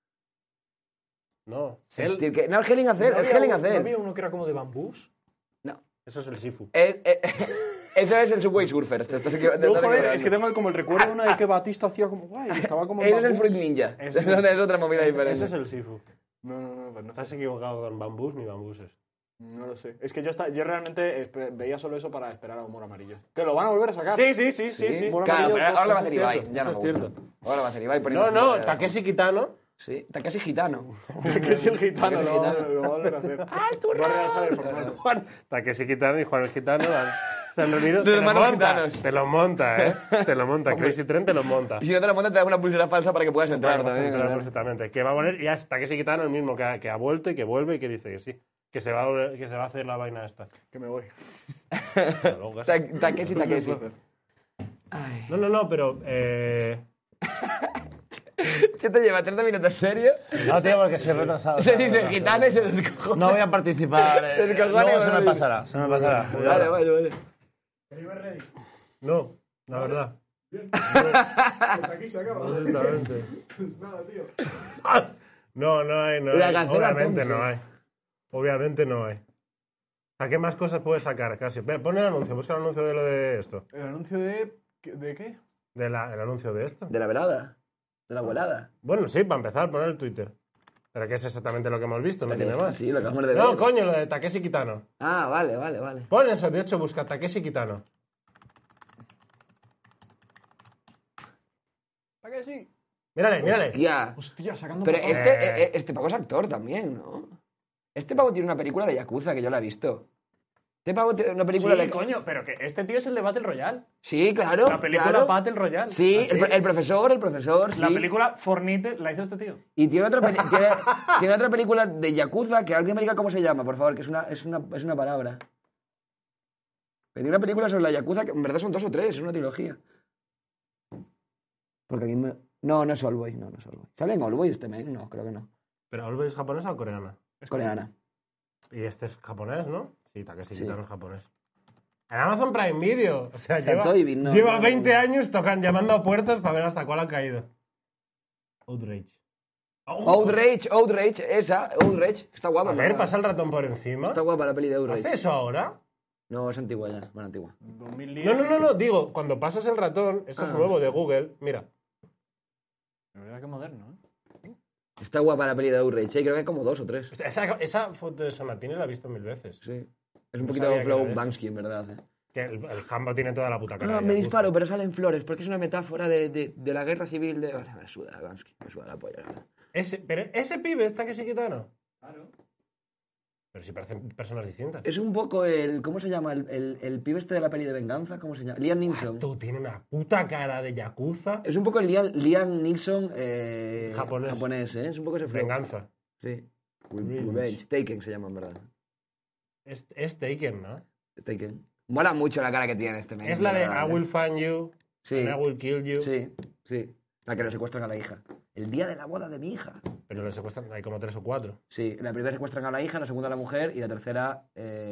No. No, Hell in a Cell. Es Hell in a Cell. ¿No había uno que era como de bambús? No. Eso es el Sifu. Eso es el Subway Surfer. No, joder, es que tengo como el recuerdo de una de que Batista hacía como guay, estaba como ese es el Fruit Ninja. Es otra movida diferente. Ese es el Sifu. No, pues no. Estás equivocado con bambús ni bambuses. No lo sé. Es que yo realmente veía solo eso para esperar a Humor Amarillo. Que lo van a volver a sacar. Sí. Claro, pero ahora lo va a hacer Ibai. Ya no me gusta. Ahora lo va a hacer Ibai. No, Takeshi Kitano. Sí, Takeshi Gitano. Takeshi el Gitano lo va a volver a hacer. ¡Ah, el turno! Va a realzar el formato. Takeshi Kitano y Juan el Gitano se han reunido. Los hermanos gitanos. Te lo monta, ¿eh? Te lo monta. Crazy Trent te lo monta. Y si no te lo monta, te da una pulsera falsa para que puedas entrar también. Perfectamente. Que va a poner, ya está Takeshi Kitano el mismo que ha vuelto y que vuelve y que dice que sí. Que se va a hacer la vaina esta. Que me voy. Takeshi. No, pero... ¿Qué te lleva? ¿30 minutos serio? No, tío, porque soy retrasado. Se dice gitano y se descojona. No voy a participar. Luego se me pasará. Vale. No, la verdad. Bien. Pues aquí se acaba. Exactamente. Pues nada, tío. No hay. Obviamente no hay. ¿A qué más cosas puedes sacar, Casi? Pon el anuncio, busca el anuncio de lo de esto. ¿El anuncio de qué? El anuncio de esto. De la velada. De la volada. Bueno, sí, para empezar, poner el Twitter. Pero que es exactamente lo que hemos visto, no tiene más. Sí, lo acabamos de ver. No, coño, lo de Takeshi Kitano. Ah, vale. Pon eso, de hecho, busca Takeshi Kitano. Takeshi. Mírale. Hostia, sacando... Pero este pavo es actor también, ¿no? Este pavo tiene una película de Yakuza que yo la he visto. Este pavo tiene una película Sí, coño, pero que este tío es el de Battle Royale. Sí, claro. La película claro. Battle Royale. Sí, ¿Ah, sí? el profesor, sí. La película Fornite la hizo este tío. Y tiene otra, tiene otra película de Yakuza que alguien me diga cómo se llama, por favor, que es una palabra. Pero tiene una película sobre la Yakuza que en verdad son 2 o 3, es una trilogía. Porque aquí me... No es Oldboy, no es Oldboy. ¿Sale en Oldboy este men? No, creo que no. ¿Pero Oldboy es japonesa o coreana? Es coreana. Y este es japonés, ¿no? Sí, Takeshi Sí. Kitano es japonés. En Amazon Prime Video. O sea, Satoibi, no, lleva no, 20 años llamando a puertas para ver hasta cuál ha caído. Outrage. Outrage, esa, Outrage. Está guapa. A ver, pasa el ratón por encima. Está guapa la peli de Outrage. ¿Hace eso ahora? No, es antigua ya, bueno, antigua. 2010. No, digo, cuando pasas el ratón, eso es nuevo de Google, mira. De verdad que moderno, ¿eh? Está guapa la peli de Outrage, creo que hay como 2 o 3. Esa foto de Sonatine la he visto 1000 veces. Sí. Es un No poquito sabía que flow era eso. Bansky, en verdad. Que el Jambo tiene toda la puta cara. No, de me Yakuza. disparo, pero salen flores, porque es una metáfora de la guerra civil de... Vale, me suda Bansky, me suda la polla, la verdad. Pero ese pibe está que sí Kitano. Claro. Pero si parecen personas distintas. Es un poco el... ¿Cómo se llama? El pibe este de la peli de venganza, ¿cómo se llama? Liam Neeson. Tú tienes una puta cara de Yakuza. Es un poco el Liam Neeson Japonés. ¿eh? Es un poco ese flow. Venganza. Sí. Revenge. Taken se llama, en verdad. Es Taken, ¿no? Taken. Mola mucho la cara que tiene este men. Es la de I Will Find You, Sí. and I Will Kill You. Sí. La que le secuestran a la hija. El día de la boda de mi hija. Pero le secuestran, hay como 3 o 4. Sí, la primera secuestran a la hija, la segunda a la mujer y la tercera...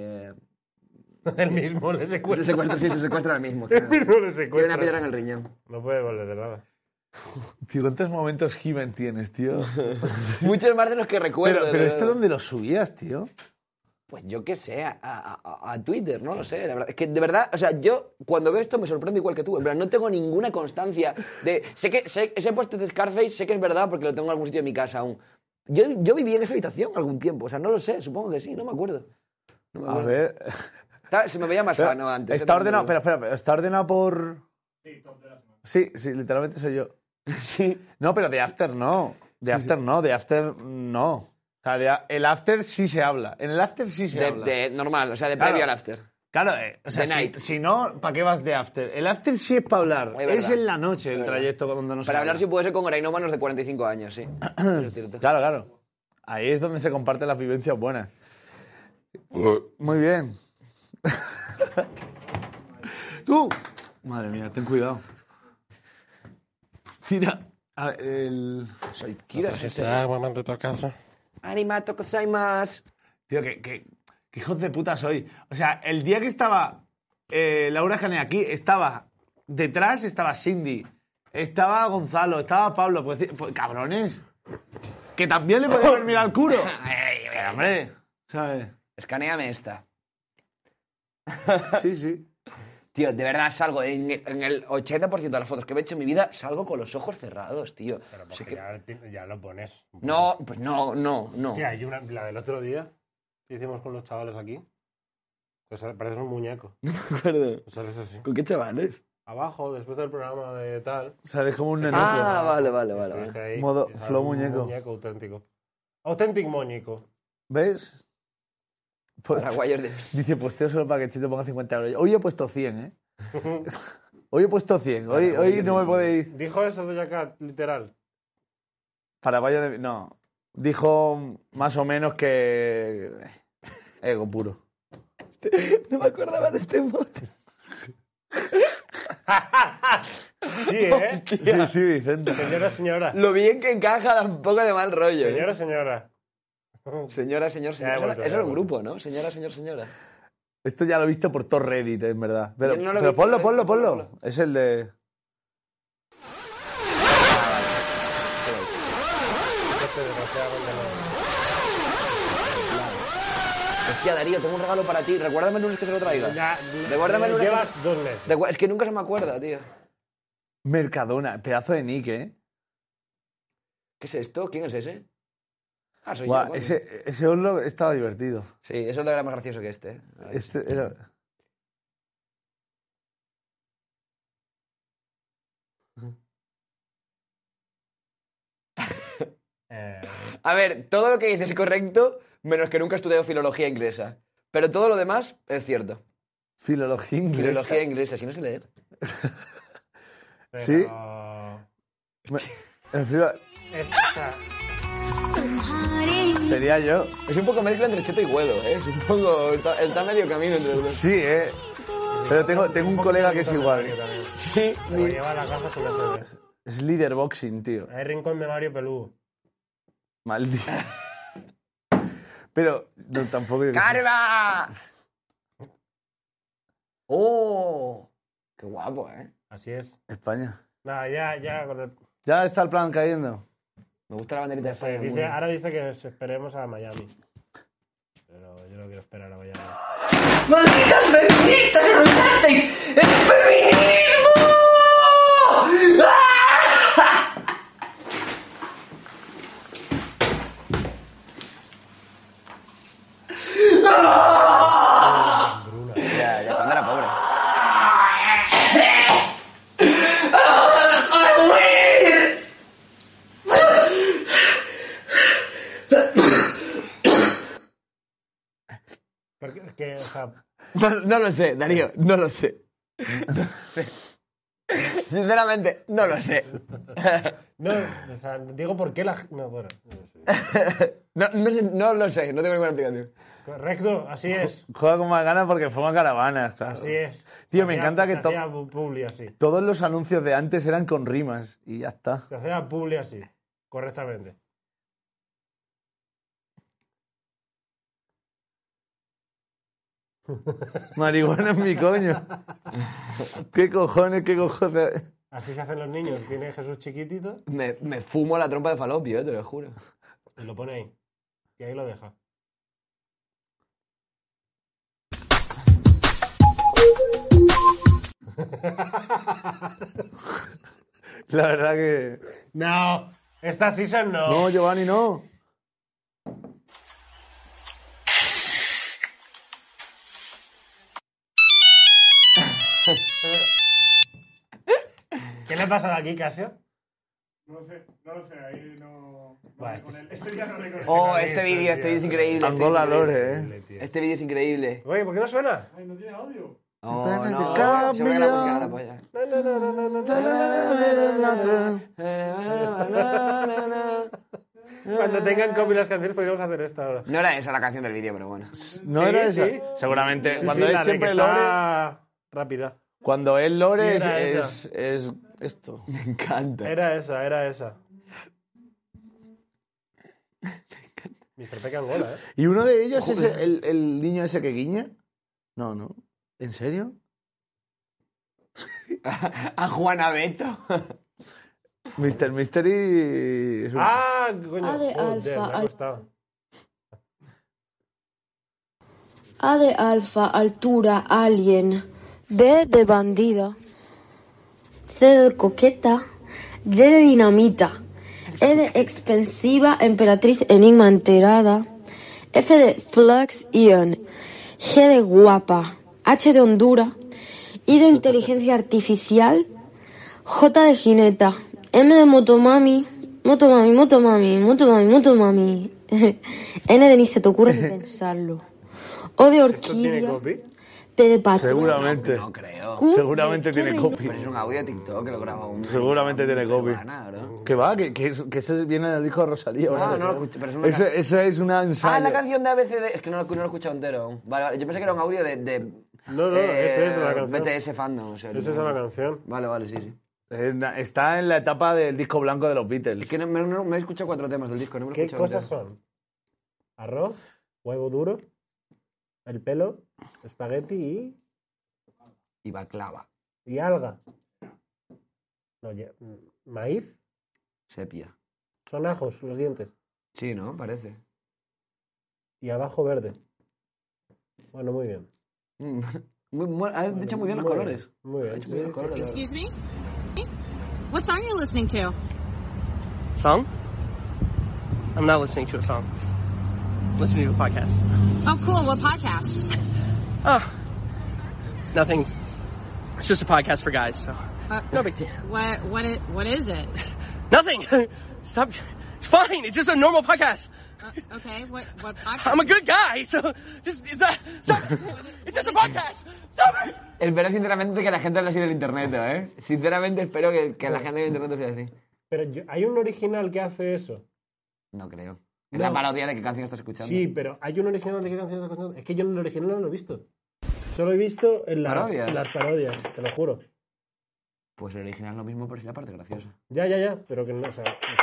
El mismo le secuestra. Sí, se secuestran al mismo. El mismo le Tiene secuestra. una piedra en el riñón. No puede volver de nada. Tío, ¿cuántos momentos He-Man tienes, tío? Muchos más de los que recuerdo. Pero ¿este dónde lo subías, tío? Pues yo qué sé, a Twitter, no lo sé, la verdad. Es que de verdad, o sea, yo cuando veo esto me sorprendo igual que tú. En verdad, no tengo ninguna constancia de... Sé que ese póster de Scarface, sé que es verdad porque lo tengo en algún sitio de mi casa aún. Yo viví en esa habitación algún tiempo, o sea, no lo sé, supongo que sí, no me acuerdo. A ver... Se me veía más sano antes. Está ordenado, espera, ¿está ordenado por...? Sí, top de la semana. Sí, literalmente soy yo. Sí. No, pero de After no. De After no. O sea, el After sí se habla. En el After sí se habla. De normal, o sea, de Claro. previo al After. Claro, o sea, The Night. si no, ¿para qué vas de After? El After sí es para hablar. Es verdad. Es en la noche el Es trayecto cuando nos Para hablar si puede ser con grainómanos de 45 años, sí. Eso es cierto. Claro. Ahí es donde se comparten las vivencias buenas. Muy bien. ¡Tú! Madre mía, ten cuidado. Tira. A ver, Soy Kira. Momento de casa. Animato gozaimasu. Tío, que hijos de puta soy. O sea, el día que estaba Laura Canea aquí, estaba detrás, estaba Cindy, estaba Gonzalo, estaba Pablo. Pues cabrones. Que también le podía haber mirado al culo. Pero, hombre, ¿sabes? Escanéame esta. Sí. Tío, de verdad salgo en el 80% de las fotos que me he hecho en mi vida, salgo con los ojos cerrados, tío. Pero O sea porque ya lo pones. No, pues no. Hostia, hay la del otro día que hicimos con los chavales aquí. Pues pareces un muñeco. No me acuerdo. Pues sales así. ¿Con qué chavales? Abajo, después del programa de tal. Sales como un nenoso. Ah, vale. Estuviste ahí, Modo y sale flow un muñeco. Muñeco auténtico. Auténtico muñeco. ¿Ves? Pues, Paraguayos de... dice, posteo solo para que Chito ponga 50 euros. Hoy he puesto 100, ¿eh? Hoy he puesto 100. Hoy no me podéis... ¿Dijo eso de Cat literal? Paraguayo de... No. Dijo más o menos que... Ego puro. No me acordaba de este mote. Sí, ¿eh? Sí, Vicente. Señora. Lo bien que encaja da un poco de mal rollo. Señora. Señor. Ya he vuelto, Eso era un grupo, ¿no? Señora. Esto ya lo he visto por todo Reddit, en verdad. Pero, Yo no lo he pero visto, ponlo. Es el de... Hostia, Darío, tengo un regalo para ti. Recuérdame el lunes que se lo traiga. Recuérdame el lunes. Llevas 2 meses. Es que nunca se me acuerda, tío. Mercadona. Pedazo de nick, ¿eh? ¿Qué es esto? ¿Quién es ese? Ah, soy Buah, yo. coño. ese Oslo estaba divertido. Sí, eso era más gracioso que este. Este era... A ver, todo lo que dices es correcto, menos que nunca he estudiado filología inglesa. Pero todo lo demás es cierto. Filología inglesa. Filología inglesa, si no sé leer. Sí. Sería yo. Es un poco mezcla entre Cheto y Guedo, ¿eh? Es un poco... Está medio camino entre los dos. Sí, Pero tengo un colega que es igual. Sí. Lo lleva a la casa con la TV. Es líder boxing, tío. Hay rincón de Mario Pelú. Maldito. Pero no, tampoco... ¡Carva! ¡Oh! ¡Qué guapo, eh! Así es. España. Nada, ya con el... Ya está el plan cayendo. Me gusta la banderita de España. Ahora dice que esperemos a Miami. Pero yo no quiero esperar a Miami. ¡Malditas feministas! ¡Arruinasteis el feminismo! Ya cuando era pobre. Porque, o sea... No lo sé, Darío, no lo sé. Sinceramente, no lo sé. No, o sea, digo por qué la... No, bueno. No lo sé, no tengo ninguna explicación. Correcto, así es. Juega con más ganas porque forma caravanas. Claro. Así es. Tío, me encanta que publi así. Todos los anuncios de antes eran con rimas y ya está. Se hacía publi así, correctamente. Marihuana es mi coño. ¿Qué cojones? Así se hacen los niños. Tiene Jesús chiquitito. Me fumo la trompa de falopio, te lo juro. Y lo pone ahí. Y ahí lo deja. La verdad que... No, esta season no. No, Giovanni, no. ¿Qué le ha pasado aquí, Casio? No lo sé, ahí no... Vale, Este ya no reconozco. Oh, este vídeo es increíble. Angola Lore, Este vídeo es increíble. Oye, ¿por qué no suena? Ay, no tiene audio. Oh, no, se me la música de la polla. Cuando tengan copy las canciones podríamos hacer esta ahora. No era esa la canción del vídeo, pero bueno. No era esa. Sí. Seguramente. Sí, cuando es siempre Lore... Rápida. Cuando es Lore sí, es esto. Me encanta. Era esa. Mr. Peck Angola, ¿eh? ¿Y uno de ellos es el niño ese que guiña? No. ¿En serio? A Juana Beto. Mr. Mystery... coño. A de Joder, alfa. A de alfa, altura, alien. B de bandida. C de coqueta. D de dinamita. E de expensiva, emperatriz, enigma enterada. F de flux, ion. G de guapa. H de Honduras. I de inteligencia artificial. J de jineta. M de motomami. Motomami. N de ni se te ocurre ni pensarlo. O de orquídea. P de patrón. Seguramente. No creo. Seguramente tiene copy. Pero es un audio de TikTok que lo graba un... Seguramente tiene copy. Que va, que ese viene en el disco de Rosalía. No lo escuché, pero es una... Esa es una ensayo. la canción de ABCD. Es que no lo he escuchado entero. Vale, yo pensé que era un audio de No, esa es la canción. BTS Fandom. O sea, esa es la canción. Vale, sí. Está en la etapa del disco blanco de los Beatles. Es que me he escuchado 4 temas del disco. No me lo he ¿Qué escuchado cosas son? Arroz, huevo duro, el pelo, espagueti y baklava. Y alga. No, maíz. Sepia. Son ajos los dientes. Sí, ¿no? Parece. Y abajo verde. Bueno, muy bien. Has dicho muy bien los colores. Muy bien. Excuse me? What song are you listening to? Song? I'm not listening to a song. I'm listening to a podcast. Oh, cool. What podcast? Nothing. It's just a podcast for guys, so no big deal. What is it? Nothing. Stop. It's fine. It's just a normal podcast. Okay, what podcast? I'm a good guy, so just stop. It's just a podcast. Stop it. Espero sinceramente que la gente hable así del internet, ¿eh? Sinceramente espero que la gente del internet sea así. Pero ¿hay un original que hace eso? No creo. Es la parodia de qué canción estás escuchando. Sí, pero ¿hay un original de qué canción estás escuchando? Es que yo en el original no lo he visto. Solo he visto en las parodias, te lo juro. Pues el original es lo mismo, pero sí la parte graciosa. Ya, pero que no, o sea...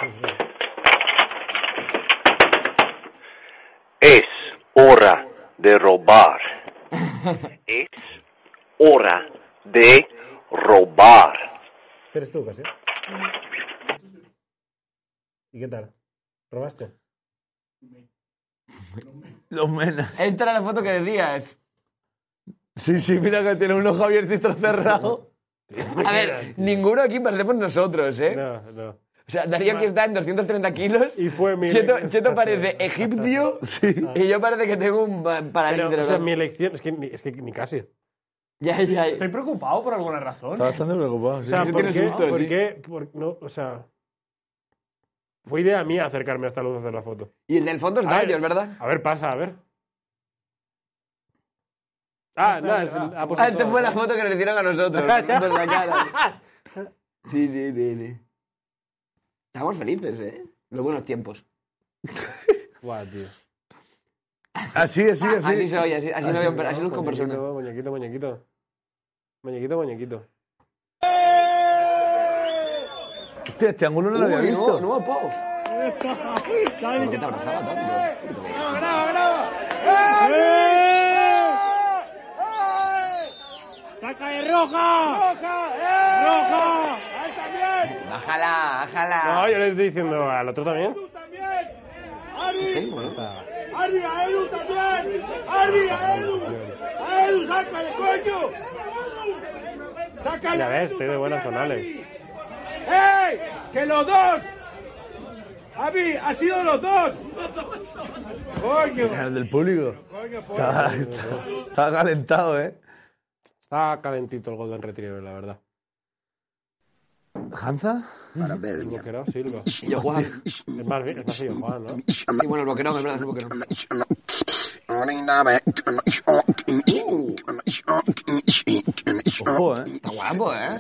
Es hora de robar. Es hora de robar. Este eres tú, casi. ¿Y qué tal? ¿Robaste? Los menas. Esta era la foto que decías. Sí, mira que tiene un ojo abierto cerrado. A ver, ninguno aquí parecemos nosotros, ¿eh? No. O sea, Darío que está en 230 kilos. Y fue mi Cheto parece egipcio. Sí. Y yo parece que tengo un parálisis de o sea, mi elección... Es que ni casi. Ya. Estoy preocupado por alguna razón. Está bastante preocupado. Sí. O sea, ¿por qué? susto, ¿Por sí. qué? No, o sea... Fue idea mía acercarme hasta luz a hacer la foto. Y el del fondo es Darío, ¿verdad? A ver, pasa, a ver. Nada, Esta fue la foto que nos hicieron a nosotros. Con la cara. Sí. Estamos felices, ¿eh? Los buenos tiempos. Guau, tío. Así. Así soy, así no veo, así luzco personas. Muñequito. Hostia, este ángulo no lo había visto. No, Pop. ¿Por qué te abrazaba tanto? ¡Bravo! ¡Saca de roja! ¡Roja! ¡Ahí también! Bájala. No, yo le estoy diciendo al otro también. ¡Tú también! ¡Ari! Sí, bueno, está... ¡Ari, a Edu también! ¡Ari, a Edu! ¡A Edu, sácale, coño! ¡Sácale! Ya ves, estoy de buenas con Alex. ¡Ey! ¡Que los dos! ¡Avi, ha sido los dos! ¡Coño! El del público. Coño, Está calentado, ¿eh? Está calentito el Golden Retriever, la verdad. ¿Hanza? Boquerón, Silva. Yo, Juan. Es más yo, Juan, ¿no? Sí, bueno, el Boquerón, es verdad, es el Boquerón. Ojo, ¿eh? Está guapo, ¿eh?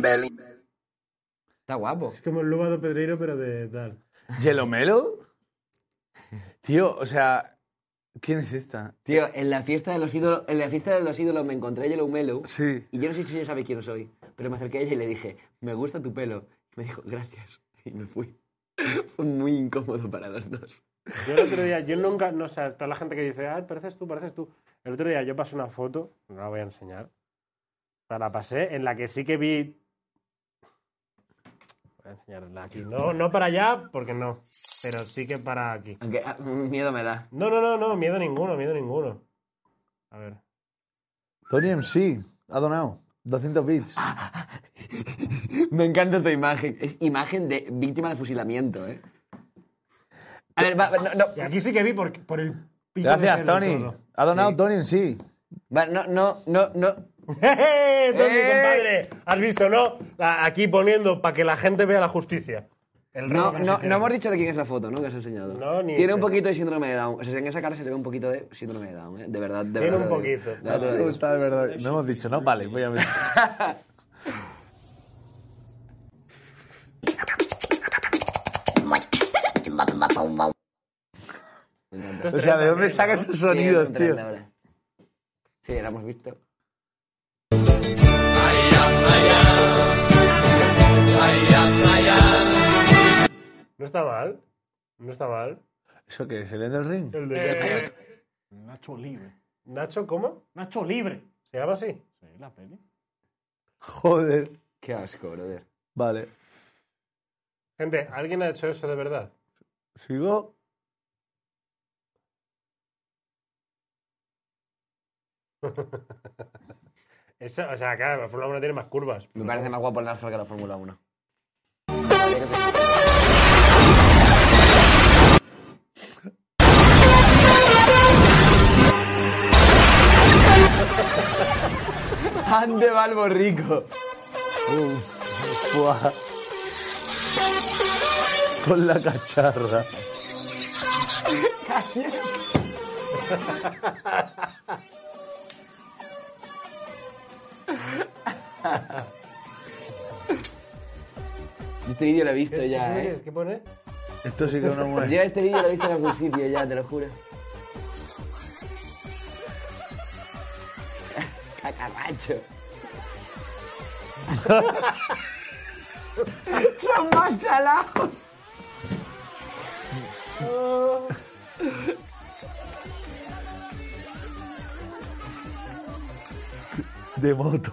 Está guapo. Es como el Lóbado Pedreiro, pero de tal. ¿Yelomelo? Tío, o sea, ¿quién es esta? Tío, en la fiesta de los ídolos me encontré a Yellow Mellow. Sí. Y yo no sé si ella sabe quién soy, pero me acerqué a ella y le dije, me gusta tu pelo. Y me dijo, gracias. Y me fui. Fue muy incómodo para los dos. Yo el otro día, yo nunca, no sé, toda la gente que dice, pareces tú. El otro día yo pasé una foto, no la voy a enseñar, o sea, la pasé, en la que sí que vi... Voy a enseñarla aquí. No para allá, porque no, pero sí que para aquí. Aunque miedo me da. No, miedo ninguno. A ver. Tony MC, ha donado 200 bits. Me encanta esta imagen. Es imagen de víctima de fusilamiento, ¿eh? A ver, no. Y aquí sí que vi por el pito. Gracias, Tony. Ha donado sí. Tony en sí. Va, no. Tony, compadre. ¿Has visto, no? Aquí poniendo para que la gente vea la justicia. No hemos dicho de quién es la foto, ¿no? Que has enseñado. No, ni Tiene un poquito de síndrome de Down. O sea, en esa cara se le ve un poquito de síndrome de Down, ¿eh? De verdad. Tiene un poquito. Está de verdad. No hemos dicho, ¿no? Vale, voy a ver. O sea, ¿de dónde sacas esos sonidos, tío? Sí, lo hemos visto. No está mal. ¿Eso qué es? ¿El Ender Ring? El de Nacho Libre. ¿Nacho cómo? Nacho Libre. ¿Se llama así? Sí, la peli. Joder. Qué asco, brother. Vale. Gente, ¿alguien ha hecho eso de verdad? ¿Sigo? Eso, o sea, claro, la Fórmula 1 tiene más curvas. Me parece más guapo el NASCAR que la Fórmula 1. Ande va el borrico. Con la cacharra. Este vídeo lo he visto ya, ¿eh? ¿Qué pone? Esto sí que es una mujer. Yo este vídeo lo he visto en algún sitio ya, te lo juro. Cacarracho. Son más salados. De motos.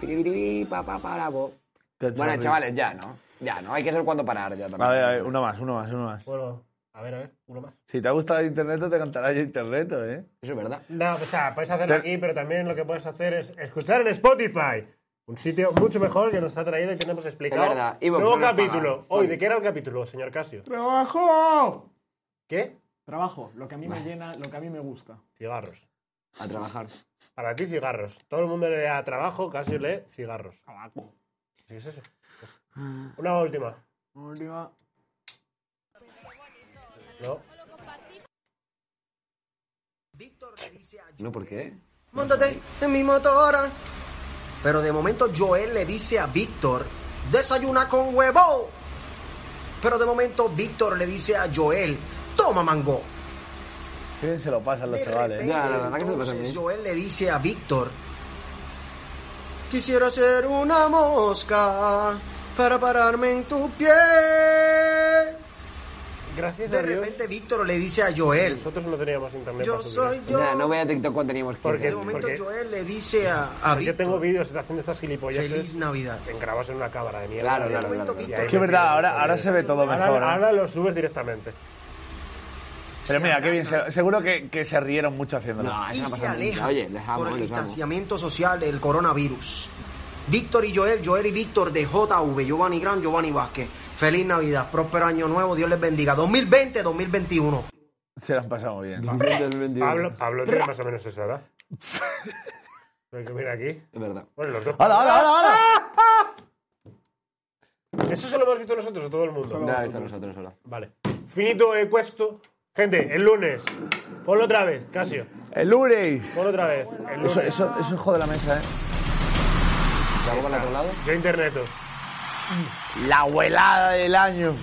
Bueno, chavales, ya, ¿no? Ya, ¿no? Hay que saber cuándo parar ya también. A ver, uno más. Bueno, a ver, uno más. Si te ha gustado el internet, te cantará yo internet, ¿eh? Eso es verdad. No, o sea, puedes hacerlo aquí, pero también lo que puedes hacer es escuchar en Spotify. Un sitio mucho mejor que nos ha traído y que nos hemos explicado. Es verdad. Nuevo capítulo. Hoy, ¿de qué era el capítulo, señor Casio? ¡Trabajo! ¿Qué? Trabajo, lo que a mí me llena, lo que a mí me gusta. Cigarros. A trabajar. Para ti, cigarros. Todo el mundo lee a trabajo, Casio lee cigarros. Tabaco. ¿Qué es eso? Una última. Última. No. ¿No por qué? Móntate en mi motora. Pero de momento Joel le dice a Víctor, desayuna con huevo. Pero de momento Víctor le dice a Joel, toma mango. Qué bien se lo pasan los chavales. Ya, la verdad que se lo pasan Entonces bien. Joel le dice a Víctor, quisiera ser una mosca para pararme en tu pie. Gracias De a Dios. repente Víctor le dice a Joel, Nosotros no teníamos internet yo para subir soy esto. yo. Ya, no voy a TikTok cuando teníamos 15. Porque- De momento porque- Joel le dice a Yo Víctor, tengo vídeos haciendo estas gilipollas. feliz Navidad. Grabados en una cámara de mierda. Claro, De claro, momento claro. Víctor Es que es verdad, ahora se ve todo mejor. ¿eh? Ahora lo subes directamente. Pero mira, qué bien. Seguro que se rieron mucho haciéndolo. No, y eso no se pasa nunca. aleja Oye, les amo, por el les amo. distanciamiento social del coronavirus. Víctor y Joel y Víctor de JV, Giovanni Gran, Giovanni Vázquez. Feliz Navidad, próspero año nuevo, Dios les bendiga. 2020, 2021. Se lo han pasado muy bien. Pablo tiene más o menos esa edad. Pero que mira aquí. Es verdad. Bueno, los dos. ¡Hala! ¿Eso se lo hemos visto nosotros o todo el mundo? Ya, esto nosotros solo. Vale. Finito questo. Gente, el lunes. Ponlo otra vez, Casio. ¡El lunes! Ponlo otra vez. El lunes. Eso jode la mesa, ¿eh? ¿La hago para el otro lado? Yo interneto. La abuelada del año.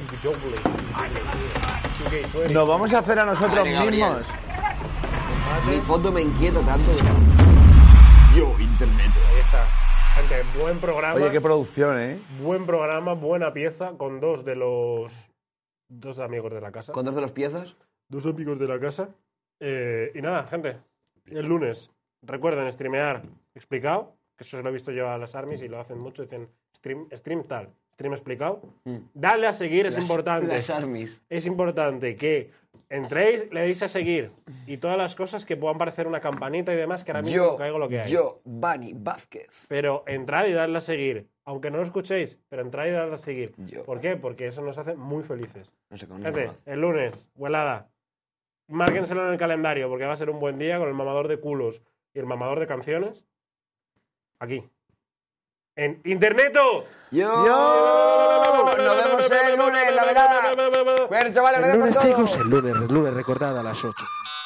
Nos vamos a hacer a nosotros Vale, Gabriel. mismos. Mi foto me inquieto tanto. Yo, internet. Ahí está. Gente, buen programa. Oye, qué producción, ¿eh? Buen programa, buena pieza con dos amigos de la casa. ¿Con dos de las piezas? Dos amigos de la casa. Y nada, gente. El lunes, recuerden streamear explicado, que eso lo he visto yo a las armies y lo hacen mucho. Dicen stream tal, stream explicado. Dale a seguir, es importante. Las armies. Es importante que entréis, le deis a seguir y todas las cosas que puedan parecer una campanita y demás, que ahora mismo no caigo lo que hay. Giovanni Vázquez. Pero entrad y dadle a seguir. Aunque no lo escuchéis, pero entrad y dadle a seguir. Yo. ¿Por qué? Porque eso nos hace muy felices. No sé cómo Gente, el lunes, huelada. Márquenselo en el calendario porque va a ser un buen día con el mamador de culos y el mamador de canciones. Aquí. En Interneto. Nos vemos el lunes, la velada. Bueno, chavales, El lunes gracias por todo. chicos, el lunes recordad a las 8.